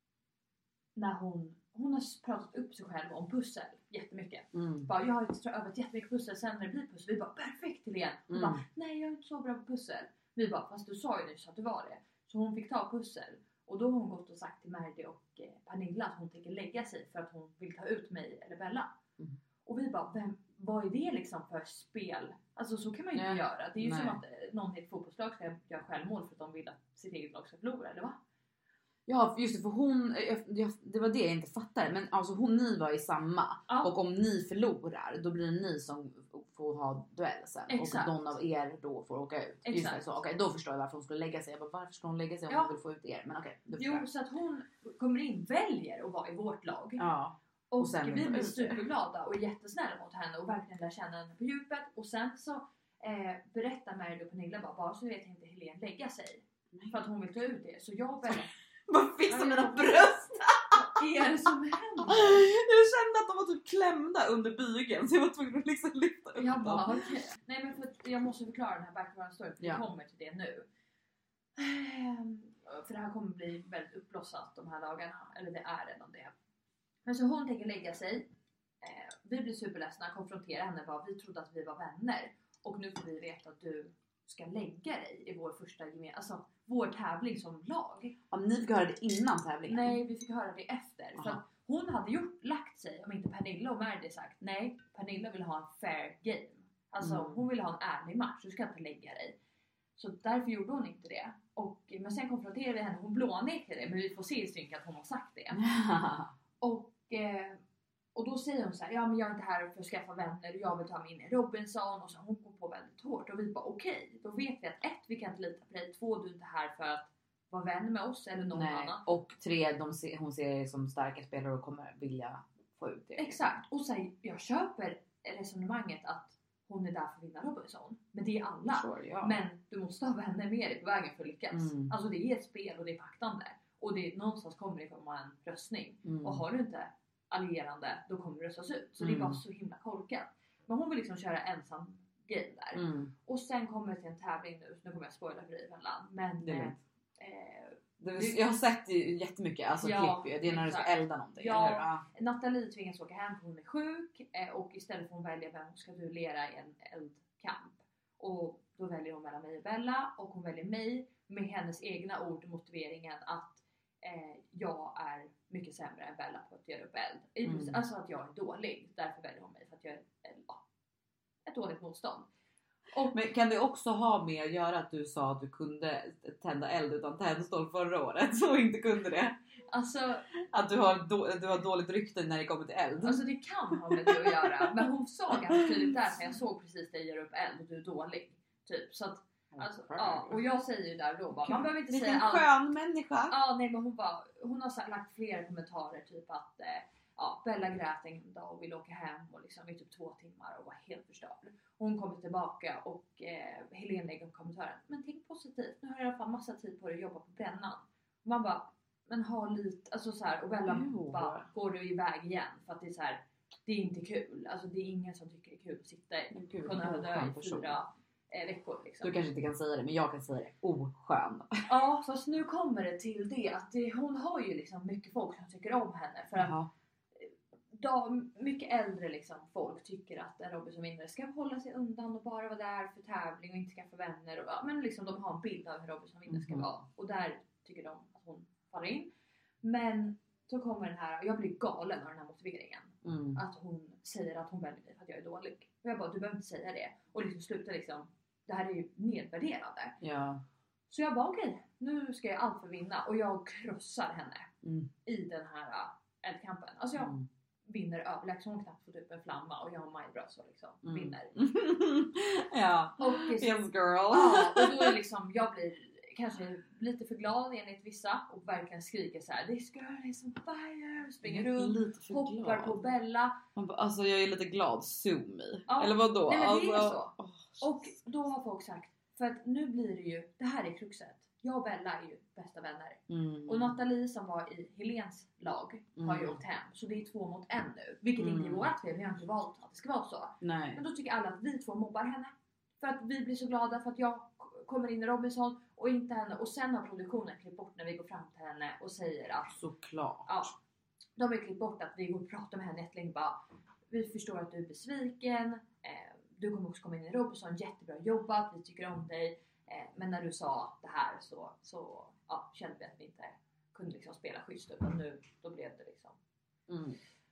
När hon, hon har pratat upp sig själv om pussel jättemycket. Mm. Bara, jag har ju övat jättemycket pussel. Sen när det blir pussel. Vi bara perfekt Helene. Hon Mm. bara nej jag är inte så bra på pussel. Vi bara fast du sa ju nyss att du var det. Så hon fick ta pussel. Och då har hon gått och sagt till Merdi och eh, Pernilla att hon tänker lägga sig för att hon vill ta ut mig eller Bella. Mm. Och vi bara, vem, vad är det liksom för spel? Alltså så kan man ju inte Nej. göra. Det är ju Nej. som att eh, någon i ett fotbollslag ska göra självmål för att de vill att sitt eget lag ska förlora, eller va? Ja, just det, för hon, jag, jag, det var det jag inte fattade. Men alltså hon, ni var i samma. Ja. Och om ni förlorar, då blir det ni som får ha duell sen. Exakt. Och någon av er då får åka ut. Just Exakt. det, så, okej, då förstår jag varför hon skulle lägga sig. Jag bara, varför ska hon lägga sig om Ja. hon vill få ut er? Men okej, då förstår Jo, jag. så att hon kommer in, väljer att vara i vårt lag. Ja. Och, Och sen vill vi ta blir ut er. superglada och jättesnälla mot henne och verkligen lär känna henne på djupet. Och sen så eh, berättar Merdi och Pernilla bara, bara så vet inte Helene lägga sig. För att hon vill ta ut det. Så jag börjar, Vad fixar Ja, mina jag- bröst? vad är det som händer? Jag kände att de var typ klämda under bygeln. Så jag var tvungen att liksom lyfta upp Jag bara dem. okej. Nej men för att jag måste förklara den här background story. För Ja. vi kommer till det nu. Ehm, För det här kommer bli väldigt uppblossat de här dagarna. Eller det är redan det. Men så hon tänker lägga sig. Eh, vi blir superledsna. Konfronterar henne bara. Vi trodde att vi var vänner. Och nu får vi veta att du ska lägga dig i vår första gemen... Alltså vår tävling som lag. Ja, ni fick höra det innan tävlingen. Nej, vi fick höra det efter. För Aha. att hon hade gjort, lagt sig om inte Pernilla och Merdi sagt nej, Pernilla vill ha en fair game. Alltså Mm. hon vill ha en ärlig match, du ska inte lägga dig. Så därför gjorde hon inte det. Och, men sen konfronterade vi henne, hon blånekade det, men vi får se i synk att hon har sagt det. Och, eh, och då säger hon så här, ja men jag är inte här för att skaffa vänner och jag vill ta mig in i Robinson. Och så hon på väldigt hårt. Och vi bara okej, okay, då vet vi att ett, vi kan inte lita på dig. Två, du är inte här för att vara vän med oss eller någon Nej. annan. Och tre, de se, hon ser er som starka spelare och kommer vilja få ut det. Exakt. Och sen, jag köper resonemanget att hon är där för att vinna Robinson. Men det är alla. Sure, ja. Men du måste ha vänner med dig på vägen för att lyckas. Mm. Alltså det är ett spel och det är paktande. Och det är, någonstans kommer det komma en röstning. Mm. Och har du inte allierande, då kommer du röstas ut. Så Mm. det är bara så himla korkat. Men hon vill liksom köra ensam game där. Mm. Och sen kommer det till en tävling nu. Så nu kommer jag spoila för dig Vellan. Men Det är eh, lugnt. eh, Det, jag har sett ju jättemycket alltså Ja, klipp ju. Det är när du ska exakt. elda någonting. Ja. Eller hur? Ja. Nathalie tvingas åka hem för hon är sjuk. Eh, och istället får hon välja vem hon ska duellera i en eldkamp. Och då väljer hon mellan mig och Bella. Och hon väljer mig med hennes egna ord och motiveringen att eh, jag är mycket sämre än Bella på att göra upp eld. I- Mm. Alltså att jag är dålig. Därför väljer hon mig för att jag är eh, ja, ett dåligt motstånd. Och Men kan det också ha med att göra att du sa att du kunde tända eld utan tändstål förra året och inte kunde det? alltså, Att du har, då, du har dåligt rykte när det kommer till eld? alltså det kan ha med det att göra. Men hon sa ganska tydligt där när jag såg precis dig göra upp eld och du är dålig. Typ. Så att, alltså, ja, och jag säger ju där då bara, man behöver inte Vilken säga allt. skön människa! Ja, nej men hon bara, hon har sagt, lagt flera kommentarer typ att eh, ja, Bella grät en dag och ville åka hem och liksom i typ två timmar och var helt förstörd. Hon kommer tillbaka och eh, Helene lägger upp kommentaren. Men tänk positivt, nu har jag i alla fall massa tid på dig att jobba på brännan. Och man bara, men ha lite, alltså så här, och Bella Jo. bara, går du iväg igen? För att det är så här, det är inte kul. Alltså det är ingen som tycker det är kul att sitta i, Gud, kunna vilken dö oskön i person. fyra eh, veckor liksom. Du kanske inte kan säga det, men jag kan säga det. Oskön. Ja, fast nu kommer det till det att det, hon har ju liksom mycket folk som tycker om henne. För att Jaha. de, mycket äldre liksom, folk tycker att en Robinson-vinnare ska hålla sig undan och bara vara där för tävling och inte skaffa vänner. Och, ja, men liksom de har en bild av hur Robinson-vinnare ska Mhm. vara. Och där tycker de att hon faller in. Men så kommer den här, jag blir galen av den här motiveringen. Mm. Att hon säger att hon väljer mig för att jag är dålig. Och jag bara, du behöver inte säga det. Och liksom sluta liksom, det här är ju nedvärderande. Ja. Så jag bara okej, nu ska jag allt för vinna. Och jag krossar henne Mm. i den här äh, eldkampen. Alltså jag Mm. vinner överlägset. Hon knappt fått upp en flamma och jag har majbrasa liksom Mm. vinner. Ja. Och, Yes girl. ja, och då är liksom, jag blir kanske lite för glad enligt vissa och verkligen skriker så här: this girl is on fire, springer runt, Lite för hoppar glad. på Bella. Man bara, alltså jag är lite glad, sue me. Ja. Eller vadå? Nej, men det är alltså, så. åh, Och då har folk sagt, för att nu blir det ju, det här är kruxet. Jag och Bella är ju bästa vänner. Mm. Och Nathalie som var i Helens lag har ju Mm. åkt hem. Så det är två mot en nu. Vilket Mm. inte är vårat fel, vi har inte valt att det ska vara så. Nej. Men då tycker alla att vi två mobbar henne. För att vi blir så glada för att jag k- kommer in i Robinson och inte henne. Och sen har produktionen klippt bort när vi går fram till henne och säger att Såklart. ja, de har klippt bort att vi går och pratar med henne jättelänge. Bara, vi förstår att du är besviken. Eh, du kommer också komma in i Robinson. Jättebra jobbat. Vi tycker om dig. Eh, men när du sa det här så, så ja, kände vi att vi inte kunde liksom spela schysst. Utan nu då blev det liksom. Mm.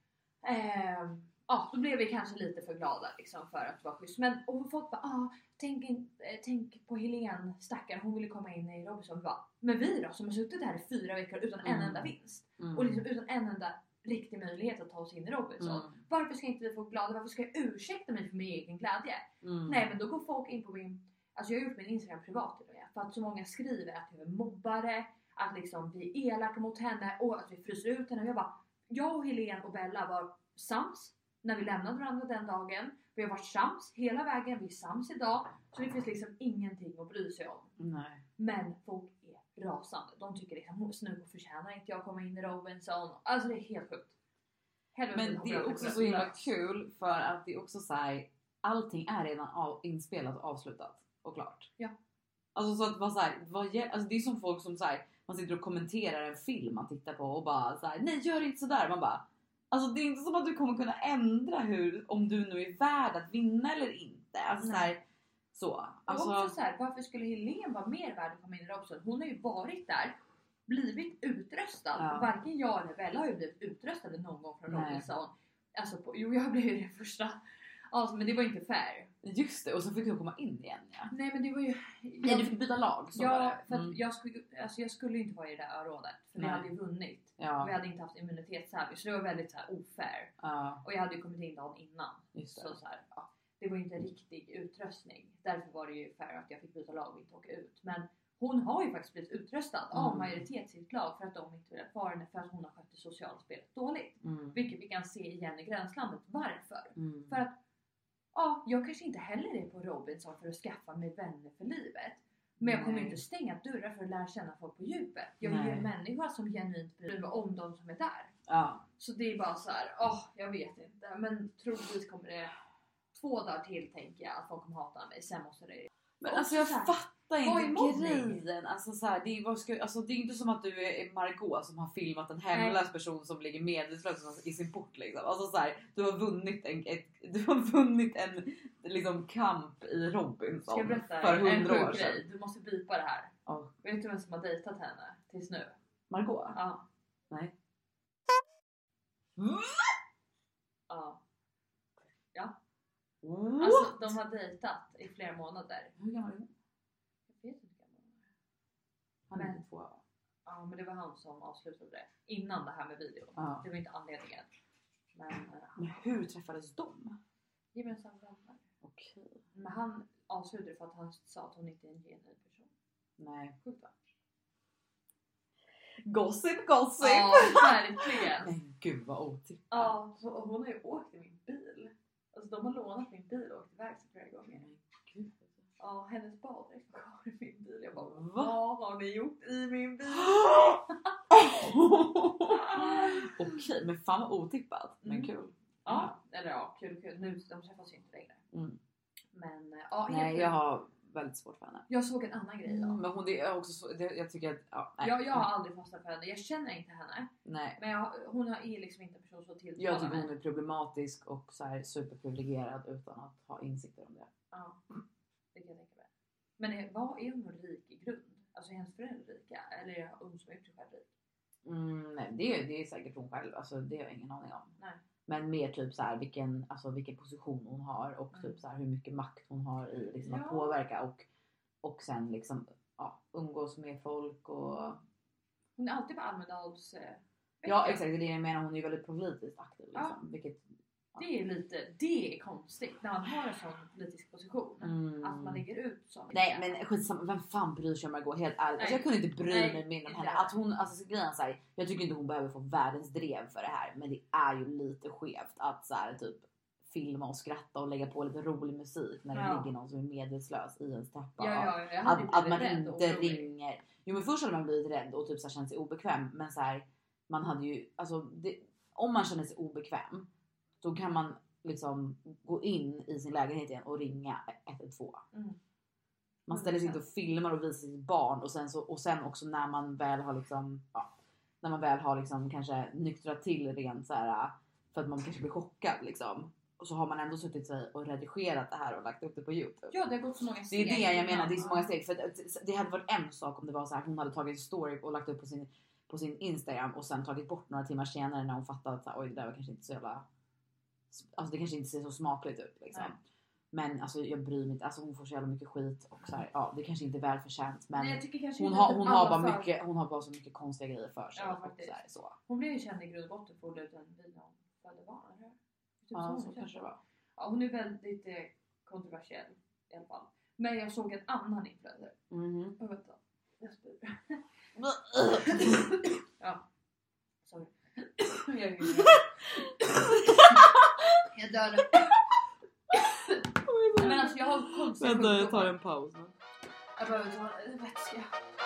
Eh, ja, då blev vi kanske lite för glada liksom för att vara schysst. Men och folk bara, ah, tänk, in, eh, tänk på Helene stackaren, hon ville komma in i Robinson. Vi bara, men vi då som har suttit här i fyra veckor utan en Mm. enda vinst. Mm. Och liksom utan en enda riktig möjlighet att ta oss in i Robinson. Mm. Varför ska inte vi få glada? Varför ska jag ursäkta mig för min egen glädje? Mm. Nej, men då går folk in på min, alltså jag har gjort min Instagram privat till och med, för att så många skriver att jag är mobbare, att liksom vi är elaka mot henne och att vi fryser ut henne. Och jag bara, jag och Helene och Bella var sams när vi lämnade varandra den dagen. Vi har varit sams hela vägen, vi är sams idag. Så det finns liksom ingenting att bry sig om. Nej. Men folk är rasande. De tycker liksom, snugg förtjänar inte jag komma in i Robinson. Alltså det är helt sjukt. Helvete, Men det är hoppas också jag så himla lös. kul för att det är också så här, allting är redan av, inspelat och avslutat och klart. Ja. Alltså så att vara så här, vad, gä- alltså det är som folk som så här, man sitter och kommenterar en film man tittar på och bara så här, nej gör inte så där. Man bara, alltså det är inte som att du kommer kunna ändra hur, om du nu är värd att vinna eller inte. Alltså så här, så. Alltså, Och också så här, varför skulle Helene vara mer värd att komma in i Robinson? Hon har ju varit där, blivit utröstad. Ja. Varken jag eller Bella har ju blivit utröstade någon gång från Nej. Robinson. Alltså på, jo jag blev ju den första. Alltså, men det var inte fair. just det, och så fick du komma in igen. Ja. Nej men det var ju... Nej, du fick byta lag. Så var Ja, det. för att Mm. jag, skulle, alltså jag skulle ju inte vara i det där rådet. För vi Nej. hade ju vunnit. Ja. Vi hade inte haft immunitetstävling. Så det var väldigt så här ofair. Ja, Och jag hade ju kommit in dagen innan. just det. Så, så här, ja. det var ju inte en riktig utröstning. Därför var det ju för att jag fick byta lag och inte åka ut. Men hon har ju faktiskt blivit utröstad mm. av majoritet sitt lag för att de inte vill ha henne för att hon har skött det sociala spelet dåligt. Mm. Vilket vi kan se igen i Gränslandet. Varför? Mm. För att ja, jag kanske inte heller är på Robinson för att skaffa mig vänner för livet. Men jag kommer Nej. inte stänga dörrar för att lära känna folk på djupet. Jag är ju en människa som genuint bryr mig om de som är där. Ja. Så det är bara så här, åh, oh, jag vet inte. Men troligtvis kommer det två dagar till, tänker jag, att folk kommer hata mig. Sen måste det... Men alltså jag här, fattar inte grejen. Alltså, så här, det, är, vad ska, alltså, det är inte som att du är Margot som har filmat en hemlös Nej. person som ligger medvetslös i sin port. Liksom. Alltså, så här, du har vunnit en, ett, du har vunnit en liksom, kamp i Robinson ska jag berätta för hundra år sedan. Grej. Du måste bipa det här. Oh. Vet du vem som har dejtat henne tills nu? Margot? Ja. Nej. Ja. Ja. What? Alltså de har dejtat i flera månader. Hur gammal är hon? Jag vet inte hur gammal hon är. Han är men, två år. Ja, men det var han som avslutade det. Innan det här med videon. Ja. Det var inte anledningen. Men, men hur träffades de? Gemensamma vänner. Okej. Men han avslutade för att han sa att hon inte är en genuin person. Nej. Sjukt va? Gossip, gossip! Ja, verkligen. Men gud vad otippat. Ja, så, och hon har ju åkt i min bil. Alltså de har lånat min bil och åkt iväg så flera gånger. Men gud. Ja, hennes baddräkt var kvar i min bil. Jag bara, Va? vad har ni gjort i min bil? Okej, men fan vad otippat. Men mm. kul. Ja, eller ja, kul kul. Nu, de träffas ju inte längre. Mm. Men ja, nej, jag har väldigt svårt för henne. Jag såg en annan grej då. Mm, men hon det är också så, det, jag tycker att ja, nej. Jag, jag har aldrig fastnat för henne. Jag känner inte henne. Nej. Men jag, hon är liksom inte en person som tilltalar jag tycker hon är problematisk och så här superprivilegierad utan att ha insikter om det. Ja, det kan jag tänka mig. Men är, vad är hon rik i grund? Alltså är hennes föräldrar rika? Eller är hon som är sig själv rik? Mm, nej, det, det är säkert hon själv. Alltså, det har jag ingen aning om. Nej. Men mer typ så här vilken, alltså, vilken position hon har och mm. typ så här hur mycket makt hon har i liksom, ja. att påverka och, och sen liksom ja, umgås med folk och... Hon är alltid på Almedals... Eh, ja exakt, det är det jag menar. Hon är väldigt politiskt aktiv liksom, ja. vilket... Ja. Det är lite, det är konstigt när man har en sån politisk position. Mm. Att man lägger ut så. Nej men skitsamma, vem fan bryr sig om Margot? Helt ärligt. Alltså, jag kunde inte bry Nej, mig mindre om henne. Att hon, alltså grejen så här, jag tycker inte hon behöver få världens drev för det här. Men det är ju lite skevt att så här, typ filma och skratta och lägga på lite rolig musik när det ja. ligger någon som är medvetslös i en täppa. Ja, ja, jag att, att man inte ringer. Jo men först hade man blivit rädd och typ så här, känt sig obekväm. Men så här, man hade ju, alltså det, om man känner sig obekväm då kan man liksom gå in i sin lägenhet igen och ringa ett ett två. Mm. Man ställer sig inte och filmar och visar sitt barn och sen, så, och sen också när man väl har liksom, ja, när man väl har liksom kanske nyktrat till rent så här för att man kanske blir chockad liksom. Och så har man ändå suttit sig och redigerat det här och lagt upp det på YouTube. Ja, det har gått så många steg. Det är det jag menar, det är så många steg. För det hade varit en sak om det var så här hon hade tagit en story och lagt upp på sin, på sin Instagram och sen tagit bort några timmar senare när hon fattade att så här, oj det där var kanske inte så jävla... Alltså det kanske inte ser så smakligt ut liksom. Nej. Men alltså jag bryr mig inte. Alltså hon får så jävla mycket skit och så här, ja det kanske inte är välförtjänt men Nej, hon har hon har bara för... mycket hon har bara så mycket konstiga grejer för sig. Ja, faktiskt. Så här, så. Hon blev ju känd i grund och botten för att ut en video om födde barn eller? Typ ja, så, så kanske det var. Ja, hon är väldigt eh, kontroversiell i alla fall. Men jag såg en annan influencer. Mhm. Och vänta. Jag spyr. Ja. Sorry. Jag är ju Jag dör. Men alltså jag har konstiga Vänta, jag tar en paus nu. Jag behöver ta en vätska.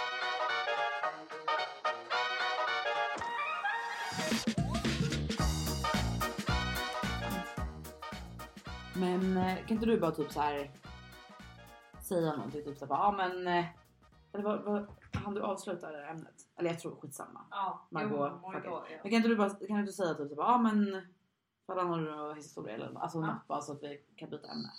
Men kan inte du bara typ så här säga någonting typ så här, ja men eller vad, vad han du avsluta det här ämnet? Eller jag tror skitsamma. Ja, Margot, jo, Margot, ja. Men kan inte du bara kan du inte säga typ så här, ja men vad har du någon historia eller alltså ja. något bara så att vi kan byta ämne.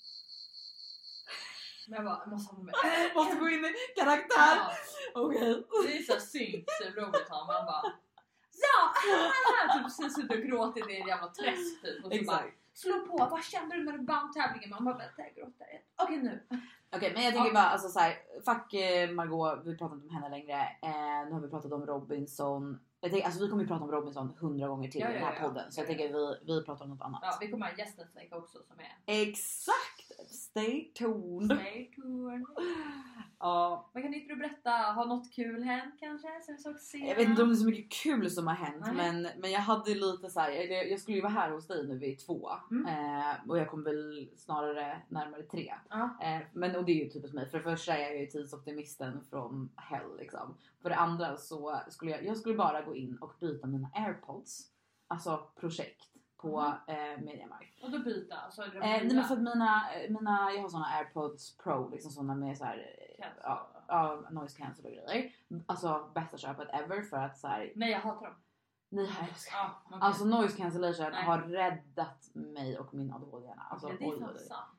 Men jag bara, jag måste ha med. Måste gå in i karaktär. Ja. Okej. Okay. Det är så synkt roligt han man bara ja, typ precis ut och gråtit i en jävla träsk typ och så exakt. Bara slå på, vad kände du när du vann tävlingen? Man bara, vänta jag gråter. Okej nu. Okej, okay, men jag tänker ja. bara alltså såhär, fuck eh, Margot, vi pratar inte om henne längre. Eh, nu har vi pratat om Robinson. Jag tänker, alltså vi kommer ju prata om Robinson hundra gånger till ja, i den här ja, podden. Ja, så jag ja, tänker vi, vi pratar om något annat. Ja, vi kommer ha en gäst nästa vecka också som är... Exakt! Stay tuned! Stay tuned! Ja. Men kan inte du berätta, har något kul hänt kanske? Sen vi såg jag vet inte om det är så mycket kul som har hänt. Men, men jag hade lite så här, jag, jag skulle ju vara här hos dig nu vid två. Mm. Eh, och jag kommer väl snarare närmare tre. Ja. Eh, men och det är ju typiskt mig. För det första är jag ju tidsoptimisten från hell liksom. För det andra så skulle jag, jag skulle bara gå in och byta mina AirPods. Alltså projekt. På mm. eh, MediaMarkt. Och då byta? Alltså, eh, nej men för att mina, mina, jag har såna AirPods Pro liksom såna med så här, ja, ja, noise cancel och grejer. Alltså bästa köpet ever för att så här, nej jag hatar dem. Nej jag älskar. Ah, okay. Alltså noise cancellation nej. Har räddat mig och min A D H D-hjärna. Alltså, okay, det är fan sant.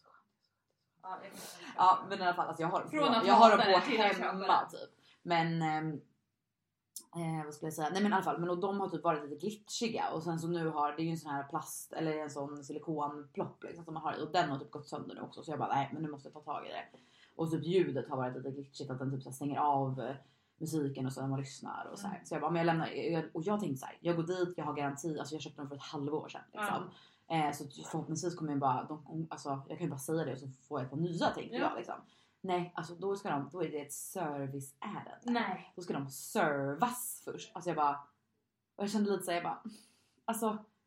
Ja, ja men i alla fall alltså, jag har, jag, jag har dem på hemma typ. Men ehm, Eh, vad skulle jag säga? Nej men i alla fall, men och de har typ varit lite glitchiga och sen så nu har det är ju en sån här plast eller en sån silikonplopp liksom som man har i och den har typ gått sönder nu också så jag bara nej men nu måste jag ta tag i det. Och typ ljudet har varit lite glitchigt att den typ så här stänger av eh, musiken och så när man lyssnar och så här. Mm. Så jag bara men jag lämnar jag, och jag tänkte så här, jag går dit, jag har garanti, alltså jag köpte den för ett halvår sedan liksom. Mm. Eh, så förhoppningsvis kommer jag bara de, alltså jag kan ju bara säga det och så får jag ett par nya tänkte mm. jag liksom. Nej, alltså då ska de, då är det ett serviceärende. Nej. Då ska de servas först. Alltså jag bara, och jag kände lite så jag bara, alltså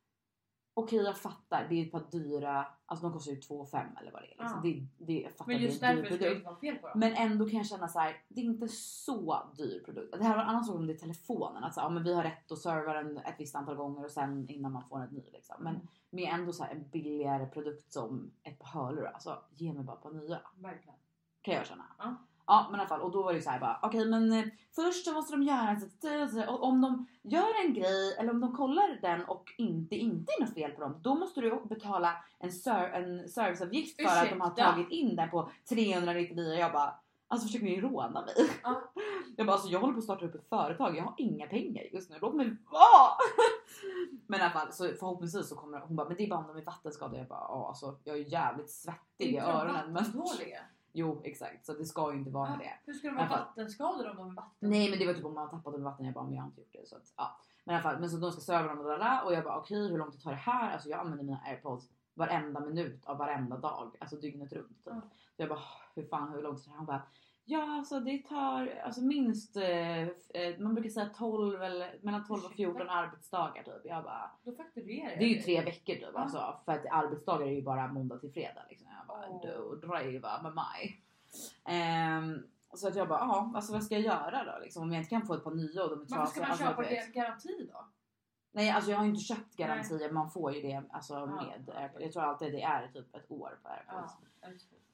okej okay, jag fattar, det är ett par dyra, alltså de kostar ju två fem eller vad det är. Liksom. Ja. Det, det, jag fattar, men just det är därför ska det inte vara fel på dem. Men ändå kan jag känna så här, det är inte så dyr produkt. Det här var en annan sak om det är telefonen, alltså ja men vi har rätt att serva den ett visst antal gånger och sen innan man får en ny liksom. Men mm. med ändå så här en billigare produkt som ett par hörlurar, alltså ge mig bara ett par nya. Verkligen. Kan jag känna. Ja. Ja men i alla fall. Och då var det så här bara. Okej okay, men eh, först så måste de göra så, så, och om de gör en grej. Eller om de kollar den och inte, inte är något fel på dem. Då måste du betala en, ser, en serviceavgift. För Ursäkta. Att de har tagit in den på trehundranittionio. Jag bara. Alltså försöker ni råna mig? Ja. Jag bara alltså jag håller på att starta upp ett företag. Jag har inga pengar just nu. Låt mig vara. Men i alla fall så förhoppningsvis så kommer hon bara. Men det är bara om de är vattenskadade. Jag bara ja alltså jag är jävligt svettig i öronen. Men jo, exakt. Så det ska ju inte vara med det. Hur ska de ha vattenskador om de är vatten? Nej, men det var typ om man har tappat dem i vatten. Jag bara, men jag har inte gjort det. Så att, ja. Men i alla fall, men så de ska serva dem och där. Och jag bara, okej, okay, hur långt det tar det här? Alltså jag använder mina AirPods varenda minut av varenda dag. Alltså dygnet runt. Typ. Mm. Så jag bara, hur fan, hur långt tar det? Han bara, ja, alltså det tar alltså minst, eh, man brukar säga tolv eller mellan tolv och fjorton arbetsdagar typ. Jag bara, då fakturerar det är ju tre veckor typ. Mm. Alltså, för att arbetsdagar är ju bara måndag till fredag. Liksom. Jag bara, oh. då driva med mig. Um, så att jag bara, ja, alltså vad ska jag göra då? Liksom, om jag inte kan få ett par nya och de är trasiga. Men ska man köpa alltså, garanti då? Nej, alltså jag har ju inte köpt garantier. Nej. Man får ju det alltså ja, med. Okay. Jag tror alltid det är typ ett år på AirPods. Ja,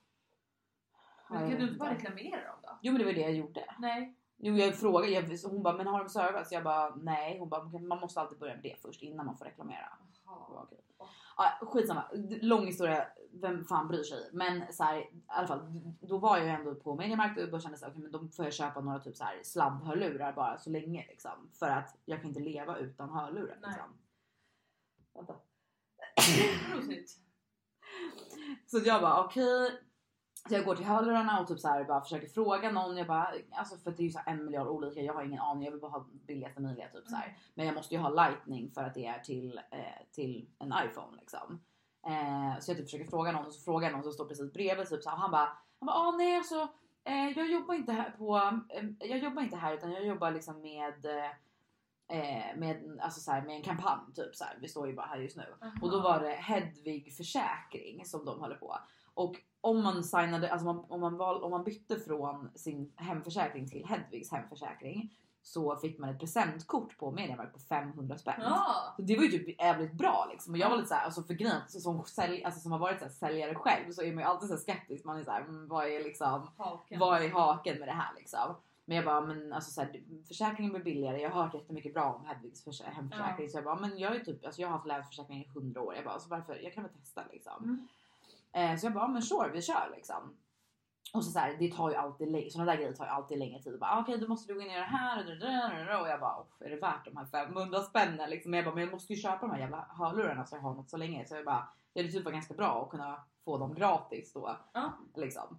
men kan du inte bara reklamera dem då? Jo men det var det jag gjorde. Nej. Jo jag frågade, jag, hon bara, men har de servats? Jag bara, nej. Hon bara, man måste alltid börja med det först innan man får reklamera. Jaha. Okay. Ja, skitsamma, lång historia, vem fan bryr sig. Men så här, i alla fall, då var jag ju ändå på MediaMarkt och bara kände så här, okay, men då får jag köpa några typ så här sladdhörlurar bara så länge liksom. För att jag kan inte leva utan hörlurar liksom. Vänta. Så jag bara, okej. Okay. Så jag går till hörlurarna och typ så här bara försöker fråga någon. Jag bara, alltså för det är ju så här en miljard olika. Jag har ingen aning, jag vill bara ha billigaste möjliga typ så här. Mm. Men jag måste ju ha lightning för att det är till, eh, till en iPhone liksom. Eh, så jag typ försöker fråga någon och så frågar någon som står precis bredvid typ så här. Han bara, han bara, ah nej alltså eh, jag jobbar inte här på, eh, jag jobbar inte här utan jag jobbar liksom med eh, med, alltså så här, med en kampanj typ så här. Vi står ju bara här just nu. Aha. Och då var det Hedvig försäkring som de håller på. Och om man signade, alltså man, om, man val, om man bytte från sin hemförsäkring till Hedvigs hemförsäkring så fick man ett presentkort på MediaMarkt på femhundra spänn. Ja. Så det var ju typ jävligt bra liksom. Och jag var lite såhär, alltså för grejen som, sälj, alltså som har varit så här, säljare själv så är man ju alltid så här skeptisk. Man är såhär, mm, vad är liksom haken. Vad är haken med det här liksom? Men jag bara, men alltså så här, försäkringen blir billigare. Jag har hört jättemycket bra om Hedvigs förs- hemförsäkring. Ja. Så jag bara, men jag är typ, alltså jag har haft länsförsäkring i hundra år. Jag bara, alltså varför, jag kan väl testa liksom. Mm. Eh, så jag bara, men sure, vi kör liksom. Och så, så här, det tar ju alltid längre, sådana där grejer tar ju alltid längre tid. Okej, okay, då måste du gå in i det här och jag bara, är det värt de här femhundra spännen liksom? Men jag bara, men jag måste ju köpa de här jävla hörlurarna så jag har något så länge. Så jag bara, det är typ var ganska bra att kunna få dem gratis då. Ja. Liksom.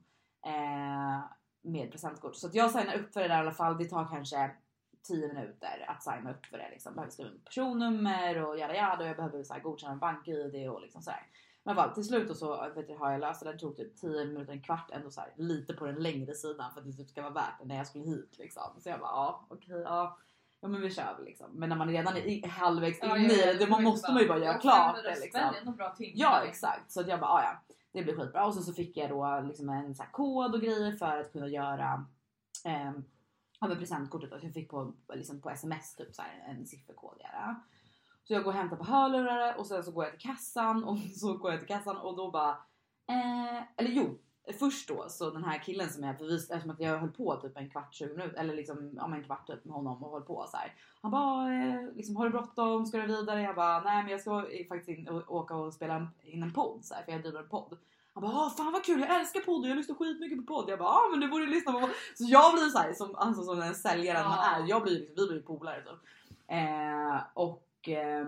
Eh, med presentkort. Så att jag signar upp för det där i alla fall. Det tar kanske tio minuter att signa upp för det. Liksom. Jag behöver skriva in personnummer och jada jada. Och jag behöver så här, godkänna bank-I D och liksom sådär. Men i alla fall till slut och så vet du, har jag löst det. Det tog typ tio minuter, en kvart ändå så här, lite på den längre sidan för att det typ ska vara värt det när jag skulle hit liksom. Så jag bara ja okej okay, ja. Ja men vi kör liksom. Men när man redan är i, halvvägs ja, in i det, det man måste man ju bara göra klart det liksom. Bra ting, ja exakt. Så att jag bara ja ja. Det blir skitbra. Och så, så fick jag då liksom en så här kod och grejer för att kunna göra eh, ja, med presentkortet. Så jag fick på, liksom på sms typ så här, en sifferkod. Ja. Så jag går och hämtar på hörlurar och sen så går jag till kassan. Och så går jag till kassan och då bara... Eh, eller jo, först då så den här killen som jag bevisade, eftersom att jag höll på typ en kvart, tjugo minuter. Eller liksom ja, en kvart typ med honom och höll på så här. Han bara, eh, liksom, har du bråttom? Ska du vidare? Jag bara, nej men jag ska faktiskt in och, åka och spela in en podd så här, för jag driver en podd. Han bara, fan vad kul, jag älskar podd, jag lyssnar skitmycket på podd. Jag bara, ah, men du borde lyssna på podd. Så jag blir så här, som, alltså, som en säljare ja. Man är. Jag blir liksom, vi blir polare typ. Eh, och eh,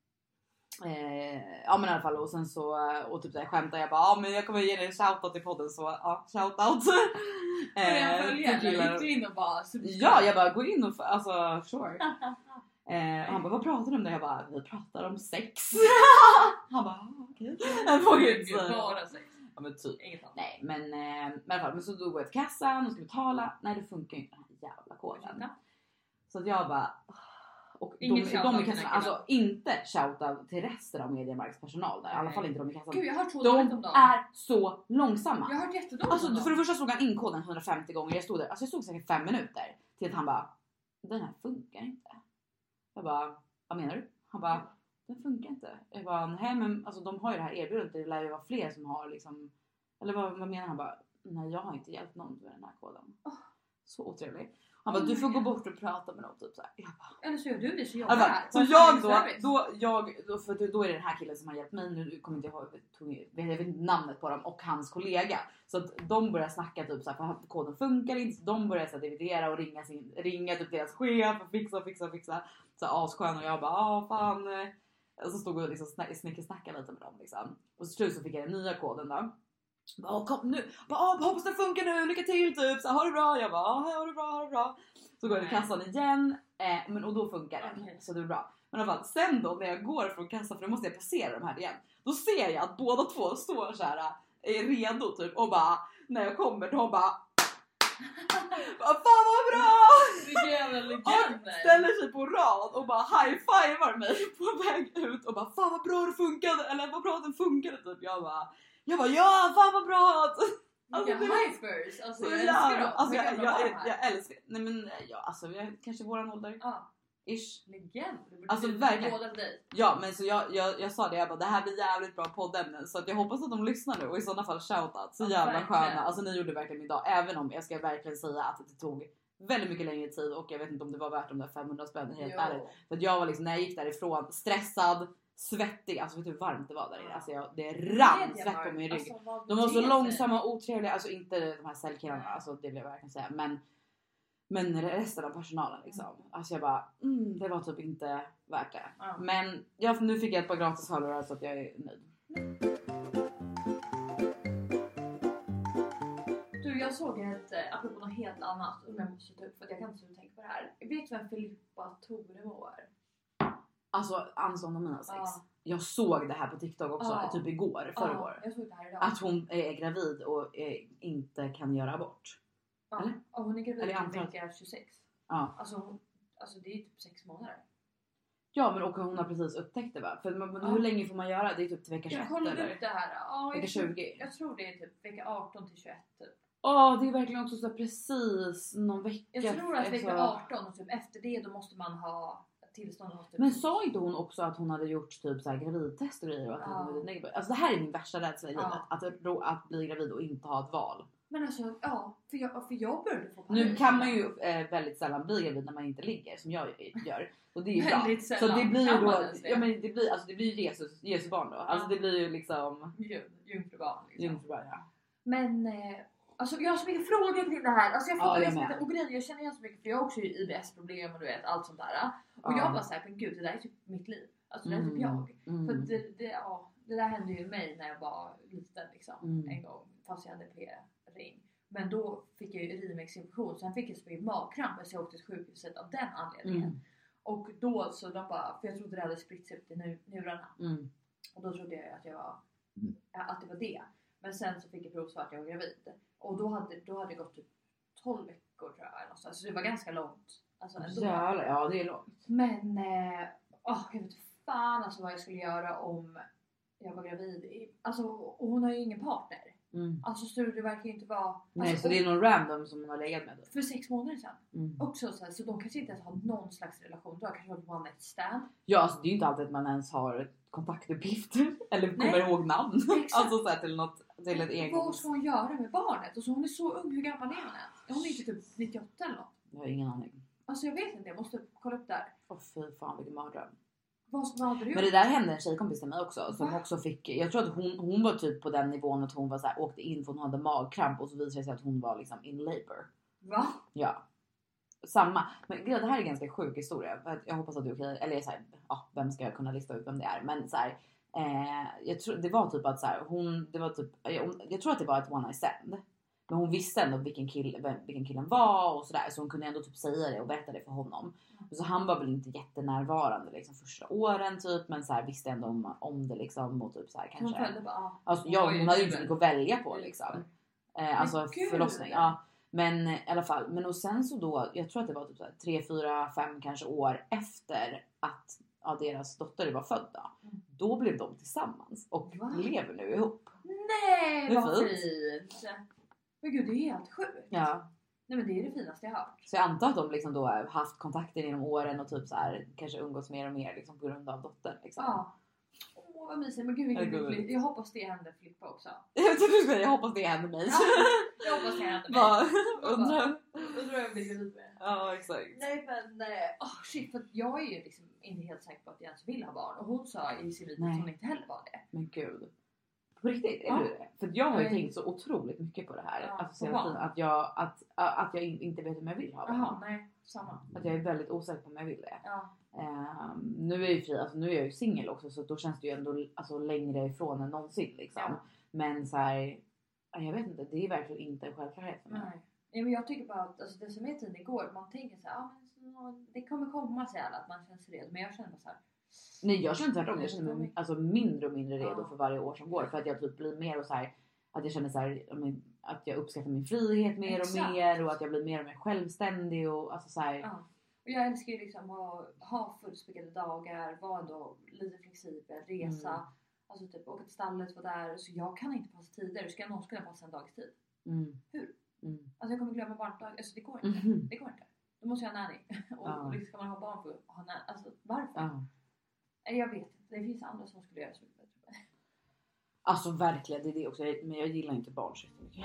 eh, ja men i alla fall och sen så och typ så här skämtar jag bara, ja ah, men jag kommer ge dig en shoutout i podden så ja, shoutout. eh, följer, gick du in och bara ja, jag bara gå in och alltså sure. Eh, han bara, vad pratar du om det? Jag bara, vi pratar om sex. Han bara, okej. Jag får inte bara sex. Ja men typ. Nej men, eh, men i alla fall, men så då går jag till kassan och ska betala. Nej det funkar ju inte den här jävla koden. Så att jag bara... Och de, de, de i kassan, alltså inte shoutout till resten av Mediamarkts där. I alla fall inte de i kassan. Gud, jag har hört så de om dem. är så långsamma. Jag har hört jättedåligt alltså, om dem. För det första slog han in koden hundrafemtio gånger. Jag stod där, alltså jag stod säkert fem minuter. Till att han bara, den här funkar inte. Jag bara, vad menar du? Han bara, den funkar inte. Jag bara, nej men alltså de har ju det här erbjudandet. Det lär ju vara fler som har liksom. Eller vad, vad menar han? Bara, nej jag har inte hjälpt någon med den här koden. Oh. Så otrevlig. Han bara, du får gå bort och prata med någon typ så här. Jag bara, eller så gör du det så jag bara, här. Så jag då, då, jag, då, för då är det den här killen som har hjälpt mig. Nu kommer inte jag ihåg, jag vet inte namnet på dem och hans kollega. Så att de börjar snacka typ så här, för koden funkar inte. Så de börjar så här, dividera och ringa, sin, ringa typ deras chef och fixa, fixa, fixa. Så här, asskön och jag bara, ah fan. Och så stod och liksom snickade snacka lite med dem liksom. Och så slut så fick jag den nya koden då. Bara, kom nu. Bara, hoppas det funkar nu. Lycka till typ. Så ha det bra. Jag bara, ha det bra, ha det bra. Så går jag till kassan igen. Eh, men, och då funkar det. Okay. Så det är bra. Men i alla fall, sen då när jag går från kassan, för då måste jag passera de här igen. Då ser jag att båda två står så här, är redo typ. Och bara, när jag kommer, de bara... Fan vad bra! Och ställer sig på rad och bara high-fivar mig på väg ut. Och bara, fan vad bra det funkade. Eller vad bra att den funkade typ. Jag bara... Jag bara, ja fan vad bra. Vilka alltså, hypers. Alltså jag älskar ja, dem. Alltså, jag, jag, jag, jag älskar. Nej men ja, alltså vi har kanske våran ålder. Ja. Ish. Legend. Alltså verkligen. Ja men så jag, jag, jag sa det, jag bara, det här blir jävligt bra poddämnen. Så att jag hoppas att de lyssnar nu. Och i sådana fall shoutout. Så ja, jävla verkligen. Sköna. Alltså ni gjorde verkligen idag. Även om jag ska verkligen säga att det tog väldigt mycket längre tid. Och jag vet inte om det var värt de där femhundra spänn. Helt ärligt. För att jag var liksom, när jag gick därifrån stressad, svettig, alltså vet du hur varmt det var där inne? Alltså jag, det rann svett på min rygg. Alltså, de var så långsamma och otrevliga, alltså inte de här säljkillarna, alltså det vill jag verkligen säga, men men resten av personalen liksom. Alltså jag bara, mm, det var typ inte värt det. Mm. Men jag, nu fick jag ett par gratis hörlurar så att jag är nöjd. Du, jag såg ett, apropå något helt annat, om jag måste ta upp för att jag kan inte så tänka på det här. Vet du vem Filippa Toremo är? Alltså Anson och mina sex. Ja. Jag såg det här på TikTok också, ja. Typ igår, förrgår. Ja, jag såg det här idag. Att hon är gravid och är, inte kan göra abort. Ja, eller? Och hon är gravid i vecka tjugosex. Ja. Alltså, alltså det är typ sex månader. Ja, men och hon har precis upptäckt det va? För man, ja. Hur länge får man göra? Det är typ till vecka tjugoett jag kollade eller? Upp det här. Ja, vecka tjugo. Jag tror det är typ vecka arton till tjugoett typ. Ja, oh, det är verkligen också så precis någon vecka. Jag tror att vecka arton och typ efter det då måste man ha tillstånd. Typ. Men sa inte hon också att hon hade gjort typ så här gravidtest och grejer och att ja. hon var alltså det här är min värsta rädsla i livet. Ja. Att, att, att bli gravid och inte ha ett val. Men alltså, ja, för jag, för jag började få panik. Nu kan man ju eh, väldigt sällan bli gravid när man inte ligger, som jag gör. Och det är ju bra. Så det blir ju då, ja men det blir, alltså det blir ju Jesus, Jesu barn då. Alltså ja. Det blir ju liksom... Jungfrubarn liksom. Jungfrubarn, ja. Men, eh, alltså jag har så mycket frågor kring det här. Alltså jag får ja, liksom inte, och grejer, jag känner igen så mycket för jag har också I B S-problem och du vet, allt sånt där. Och ja. Jag bara såhär, men gud det där är typ mitt liv. Alltså det är typ jag. Mm. För det, det, ja, det där hände ju mig när jag var liten liksom, mm. en gång. Fast jag hade P-ring. Men då fick jag ju urinvägsinfektion. Sen fick jag så mycket magkramp så jag åkte till sjukhuset av den anledningen. Mm. Och då så de bara, för jag trodde det hade spritt sig upp till njurarna. Mm. Och då trodde jag att jag var, mm. att det var det. Men sen så fick jag provsvar att jag var gravid. Och då hade, då hade det gått typ tolv veckor tror jag. Någonstans. Så det var ganska långt. Alltså, Jävlar, ja det är långt. Men, eh, åh, jag vet fan alltså vad jag skulle göra om jag var gravid. I, alltså, och hon har ju ingen partner. Mm. Alltså så det verkar ju inte vara... Alltså, nej, så det är någon random som hon har legat med då. För sex månader sedan. Mm. Också så, här, så de kanske inte ens har någon slags relation. De kanske har ett one night stand. Ja, alltså det är ju inte alltid att man ens har kontaktuppgifter. Eller kommer nej. ihåg namn. Alltså så här, till något till ett eget. Vad ska hon göra med barnet? Och så hon är så ung, hur gammal är hon än? Hon är inte typ nittioåtta eller något. Jag har ingen aning. Alltså jag vet inte, jag måste kolla upp där. Åh oh, fy fan vilken mardröm. Vad, vad hade du Men det där hände en tjejkompis till mig också. Som Va? också fick, jag tror att hon, hon var typ på den nivån att hon var så här, åkte in för hon hade magkramp. Och så visade det sig att hon var liksom in labor. Va? Ja. Samma. Men det här är en ganska sjuk historia. Jag hoppas att du är okej. Eller så här, ja, vem ska jag kunna lista ut vem det är. Men så här, eh, jag tror, det var typ att så här, hon, det var typ, jag, jag tror att det var ett one night stand. Men hon visste ändå vilken, kill, vilken killen var och sådär. Så hon kunde ändå typ säga det och berätta det för honom. Så han var väl inte jättenärvarande liksom första åren typ. Men så här, visste ändå om, om det liksom. Och typ så här, kanske. Hon, bara, alltså, ja, hon hade ju inte så mycket att välja på liksom. Eh, alltså förlossning. Ja. Men i alla fall. Men och sen så då. Jag tror att det var typ så här, tre, fyra, fem kanske år efter att ja, deras dotter var född då. Mm. Då blev de tillsammans. Och Va? lever nu ihop. Nej, vad fint. Men gud, det är helt sjukt. Ja. Nej men det är det finaste jag har hört. Så jag antar att de liksom då har haft kontakter genom åren och typ så här kanske umgås mer och mer liksom på grund av dottern liksom. Ja. Åh vad mysigt. Men gud vilken lycklig. Jag hoppas det händer Filippa också. Jag hoppas det händer mig. Ja, jag hoppas det händer mig. Undrar. Undrar jag blir gravid med. Ja exakt. Nej men nej. Oh, shit för jag är ju liksom inte helt säker på att jag ens vill ha barn. Och hon sa i sin video att hon inte heller var det. Men gud. På riktigt, är ja. du det? För jag har ju tänkt så otroligt mycket på det här. Ja, alltså senaste tiden. Att jag, att, att jag inte vet om jag vill ha barn. Jaha, nej, samma. Att jag är väldigt osäker på om jag vill det. Ja. Um, nu är jag ju fri, alltså nu är jag ju singel också. Så då känns det ju ändå alltså, längre ifrån än någonsin liksom. Ja. Men så här, jag vet inte, det är verkligen inte en självklarhet för mig. Nej. Ja, men jag tycker bara att alltså, det som är tiden igår, man tänker så här, ah, men så, det kommer komma sig alla att man känns redo. Men jag känner bara så här. Nej jag känner tvärtom, jag känner mig alltså, mindre och mindre redo ja. för varje år som går. För att jag typ blir mer och så här, att jag känner så här, att jag uppskattar min frihet mer Exakt. och mer. Och att jag blir mer och mer självständig och alltså så här. Ja. Och jag älskar ju liksom att ha fullspäckade dagar, vara ändå lite flexibel, resa. Mm. Alltså typ åka till stallet, vara där. Så jag kan inte passa tider, ska jag någon kunna passa en dags tid? Mm. Hur? Mm. Alltså jag kommer glömma barndag, alltså det går inte. Mm. Det går inte. Då måste jag ha nanny. och ja. liksom ska man ha barn för att ha nanny. Alltså varför? Ja. Jag vet inte, det finns andra som skulle göra så mycket bättre. Alltså verkligen, det är det också. Men jag gillar inte barn så mycket.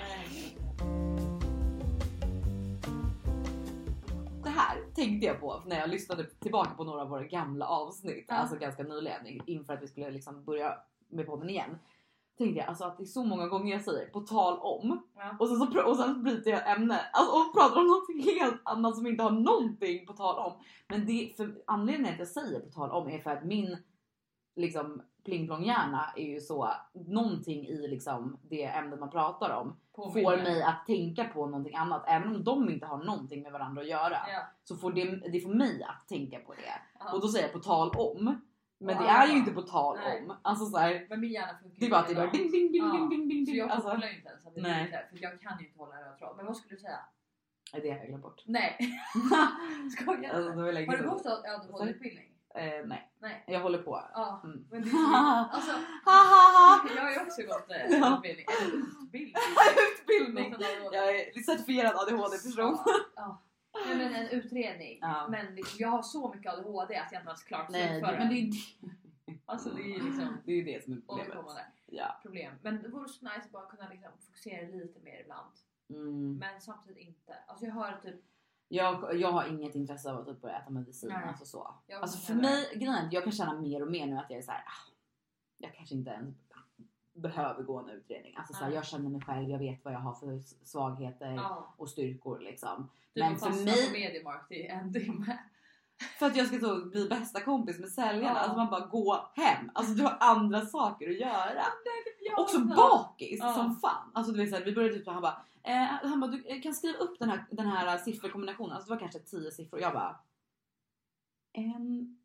Det här tänkte jag på när jag lyssnade tillbaka på några av våra gamla avsnitt. Ja. Alltså ganska nyligen, inför att vi skulle liksom börja med podden igen. Tänkte jag alltså att det är så många gånger jag säger på tal om. Ja. Och, sen så, och sen bryter jag ämne. Alltså, och pratar om något helt annat som inte har någonting på tal om. Men det, för anledningen att jag säger på tal om är för att min liksom pling-plong-hjärna är ju så. Någonting i liksom det ämnet man pratar om på får mig att tänka på någonting annat. Även om de inte har någonting med varandra att göra. Ja. Så får det, det får mig att tänka på det. Ja. Och då säger jag på tal om. Men det är ju inte på tal nej. om. Alltså så här, men min hjärna funkar det är bara att det bara ding ding ding ja. ding ding ding. Så jag alltså, håller inte ens att det nej. Är för jag kan ju inte hålla en röd tråd. Men vad skulle du säga? Nej, det har jag glömt bort. Nej. Skojar du? Alltså, har du gått A D H D-utbildning? Eh, nej. nej. Jag håller på. Ja. Mm. Men det är alltså, jag har ju också gått eh, utbildning. Eller utbildning. utbildning. Jag är certifierad A D H D-person. Ja. ja. Nej, men en utredning. Ja. Men liksom, jag har så mycket A D H D att jag inte ens klart nej, det, men det är alltså det är liksom det är det som är problemet. Ja. Problem. Men det vore så nice att bara kunna liksom fokusera lite mer ibland. Mm. Men samtidigt inte. Alltså jag har typ jag, jag har inget intresse av att typ börja äta medicin. Nej. Alltså så. Alltså för mig, grejen, jag kan känna mer och mer nu att jag är så här. Ah, jag kanske inte ens behöver gå en utredning. Alltså så här, jag känner mig själv, jag vet vad jag har för svagheter ja. och styrkor liksom. Du men för mig på Mediamarkt i en timme. För att jag ska så bli bästa kompis med säljarna. Ja. Alltså man bara gå hem. Alltså du har andra saker att göra. Också bakis ja. som fan. Alltså du vet såhär, vi började typ han bara Eh, han bara, du kan skriva upp den här, den här sifferkombinationen. Alltså det var kanske tio siffror. Jag bara... En...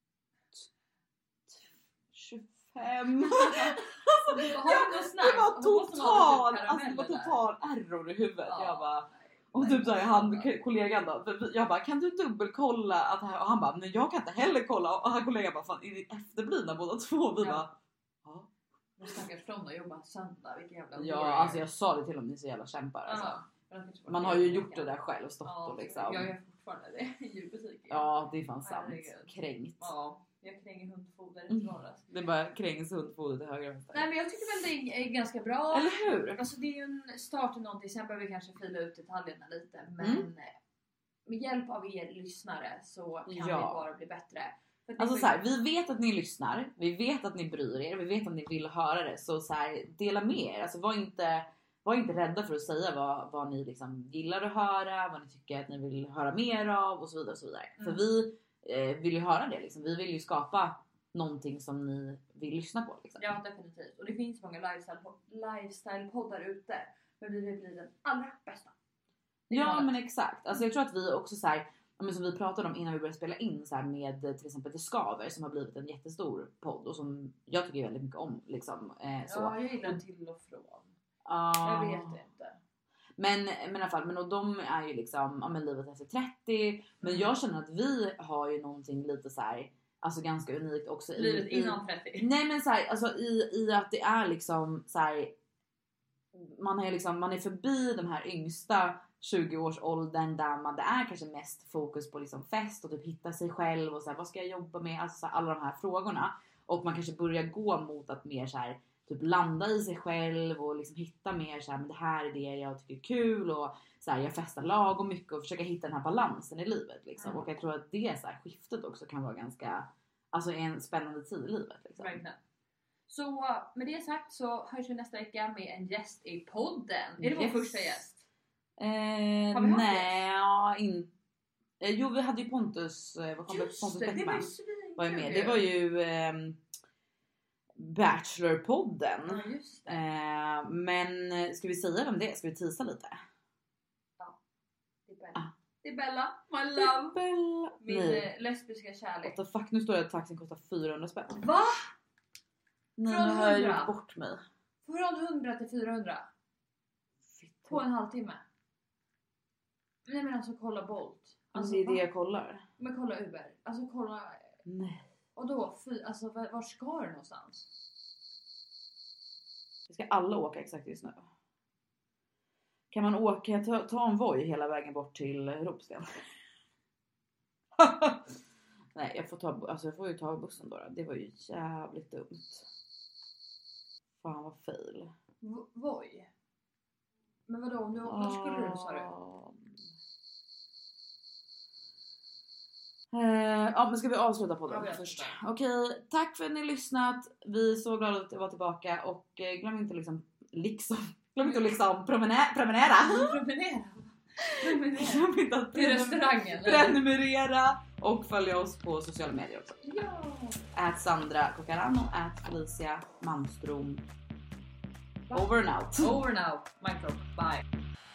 tjugofem... Alltså, det var, det var total, alltså det var total error i huvudet. Ja, jag bara... Och typ såhär, han, kollegan då, jag bara, kan du dubbelkolla att här? Och han bara, men jag kan inte heller kolla. Och han kollegan bara, fan är ni efterblivna båda två? Vi ja. bara, ja. Jag stackars från och jobbar söndag, vilken jävla ja, warrior. Alltså jag sa det till dem, ni är så jävla kämpar alltså. Ja, man har ju gjort det där själv och stått ja, och liksom. Jag gör fortfarande det i djurbutik. Ja, det är fan sant. Kränkt. Ja, jag kränger hundfoder i vardags. Det är bara krängs hundfoder till höger och vänster. Nej men jag tycker väl det är ganska bra. Eller hur? Alltså det är ju en start till någonting. Sen behöver vi kanske fila ut detaljerna lite. Men mm. med hjälp av er lyssnare så kan ja. vi bara bli bättre. Alltså så här, vi vet att ni lyssnar. Vi vet att ni bryr er. Vi vet att ni vill höra det. Så, så här, dela med er. Alltså var inte, var inte rädda för att säga vad, vad ni liksom gillar att höra. Vad ni tycker att ni vill höra mer av. Och så vidare och så vidare. Mm. För vi eh, vill ju höra det liksom. Vi vill ju skapa någonting som ni vill lyssna på liksom. Ja, definitivt. Och det finns många lifestyle-poddar lifestyle ute. Men vi vill bli den allra bästa. Ja, men exakt. Alltså jag tror att vi också så här, men som vi pratade om innan vi började spela in så här med till exempel Det Skaver som har blivit en jättestor podd och som jag tycker väldigt mycket om liksom, eh, så. Ja, jag gillar till och från. Uh, jag vet inte. Men, men i alla fall, men och de är ju liksom, ja men livet efter trettio. Men mm. jag känner att vi har ju någonting lite så här, alltså ganska unikt också. I, livet innan trettio. Nej men så här, alltså i, i att det är liksom så här, man är liksom, man är förbi de här yngsta tjugo-årsåldern där man, det är kanske mest fokus på liksom fest och typ hitta sig själv och så här, vad ska jag jobba med, alltså alla de här frågorna. Och man kanske börjar gå mot att mer så här, typ landa i sig själv och liksom hitta mer så här, men det här är det jag tycker är kul och så här, jag festar lagom mycket och försöka hitta den här balansen i livet liksom. Mm. Och jag tror att det så här, skiftet också kan vara ganska, alltså en spännande tid i livet liksom. Verkligen. Så med det sagt så hörs vi nästa vecka med en gäst i podden. Är det yes. vår första gäst? Eh, Har vi haft nej, ja, in, eh, jo vi hade ju Pontus, eh, vad kom Just Pontus det, det var ju var ju med. Det var ju eh, Bachelor-podden. Ja, just det. Eh, men ska vi säga om det? Ska vi tisa lite? Ja, det är Bella. Ah. Det är Bella, my love. Bella. Min nej. lesbiska kärlek. What the fuck, nu står det att taxin kostar fyrahundra spänn. Va? Nej, nu har jag gjort bort mig. Från hundra till fyrahundra? Fitt. På en halvtimme? Nej men alltså kolla Bolt. Alltså, det är det jag kollar. Men kolla Uber. Alltså kolla. Nej. Och då, fy, alltså var, var ska du någonstans? Vi ska alla åka exakt just nu. Kan man åka, ta, ta en Voi hela vägen bort till Ropsten? Nej, jag får ta, alltså jag får ju ta bussen då, då. Det var ju jävligt dumt. Fan vad fail. V- Voi? Men vadå, om du, var skulle du sa du? Uh, ja men ska vi avsluta på den ja, först? Okej, okay, tack för att ni har lyssnat. Vi är så glada att vara tillbaka. Och uh, glöm inte liksom liksom Glöm inte att liksom promenera Promenera Promenera Glöm inte att till restaurangen prenumerera och följa oss på sociala medier också. Ja. Ät Sandra Cocarano, ät Felicia Manstrom. Over and out. Over and out. Micro. Bye.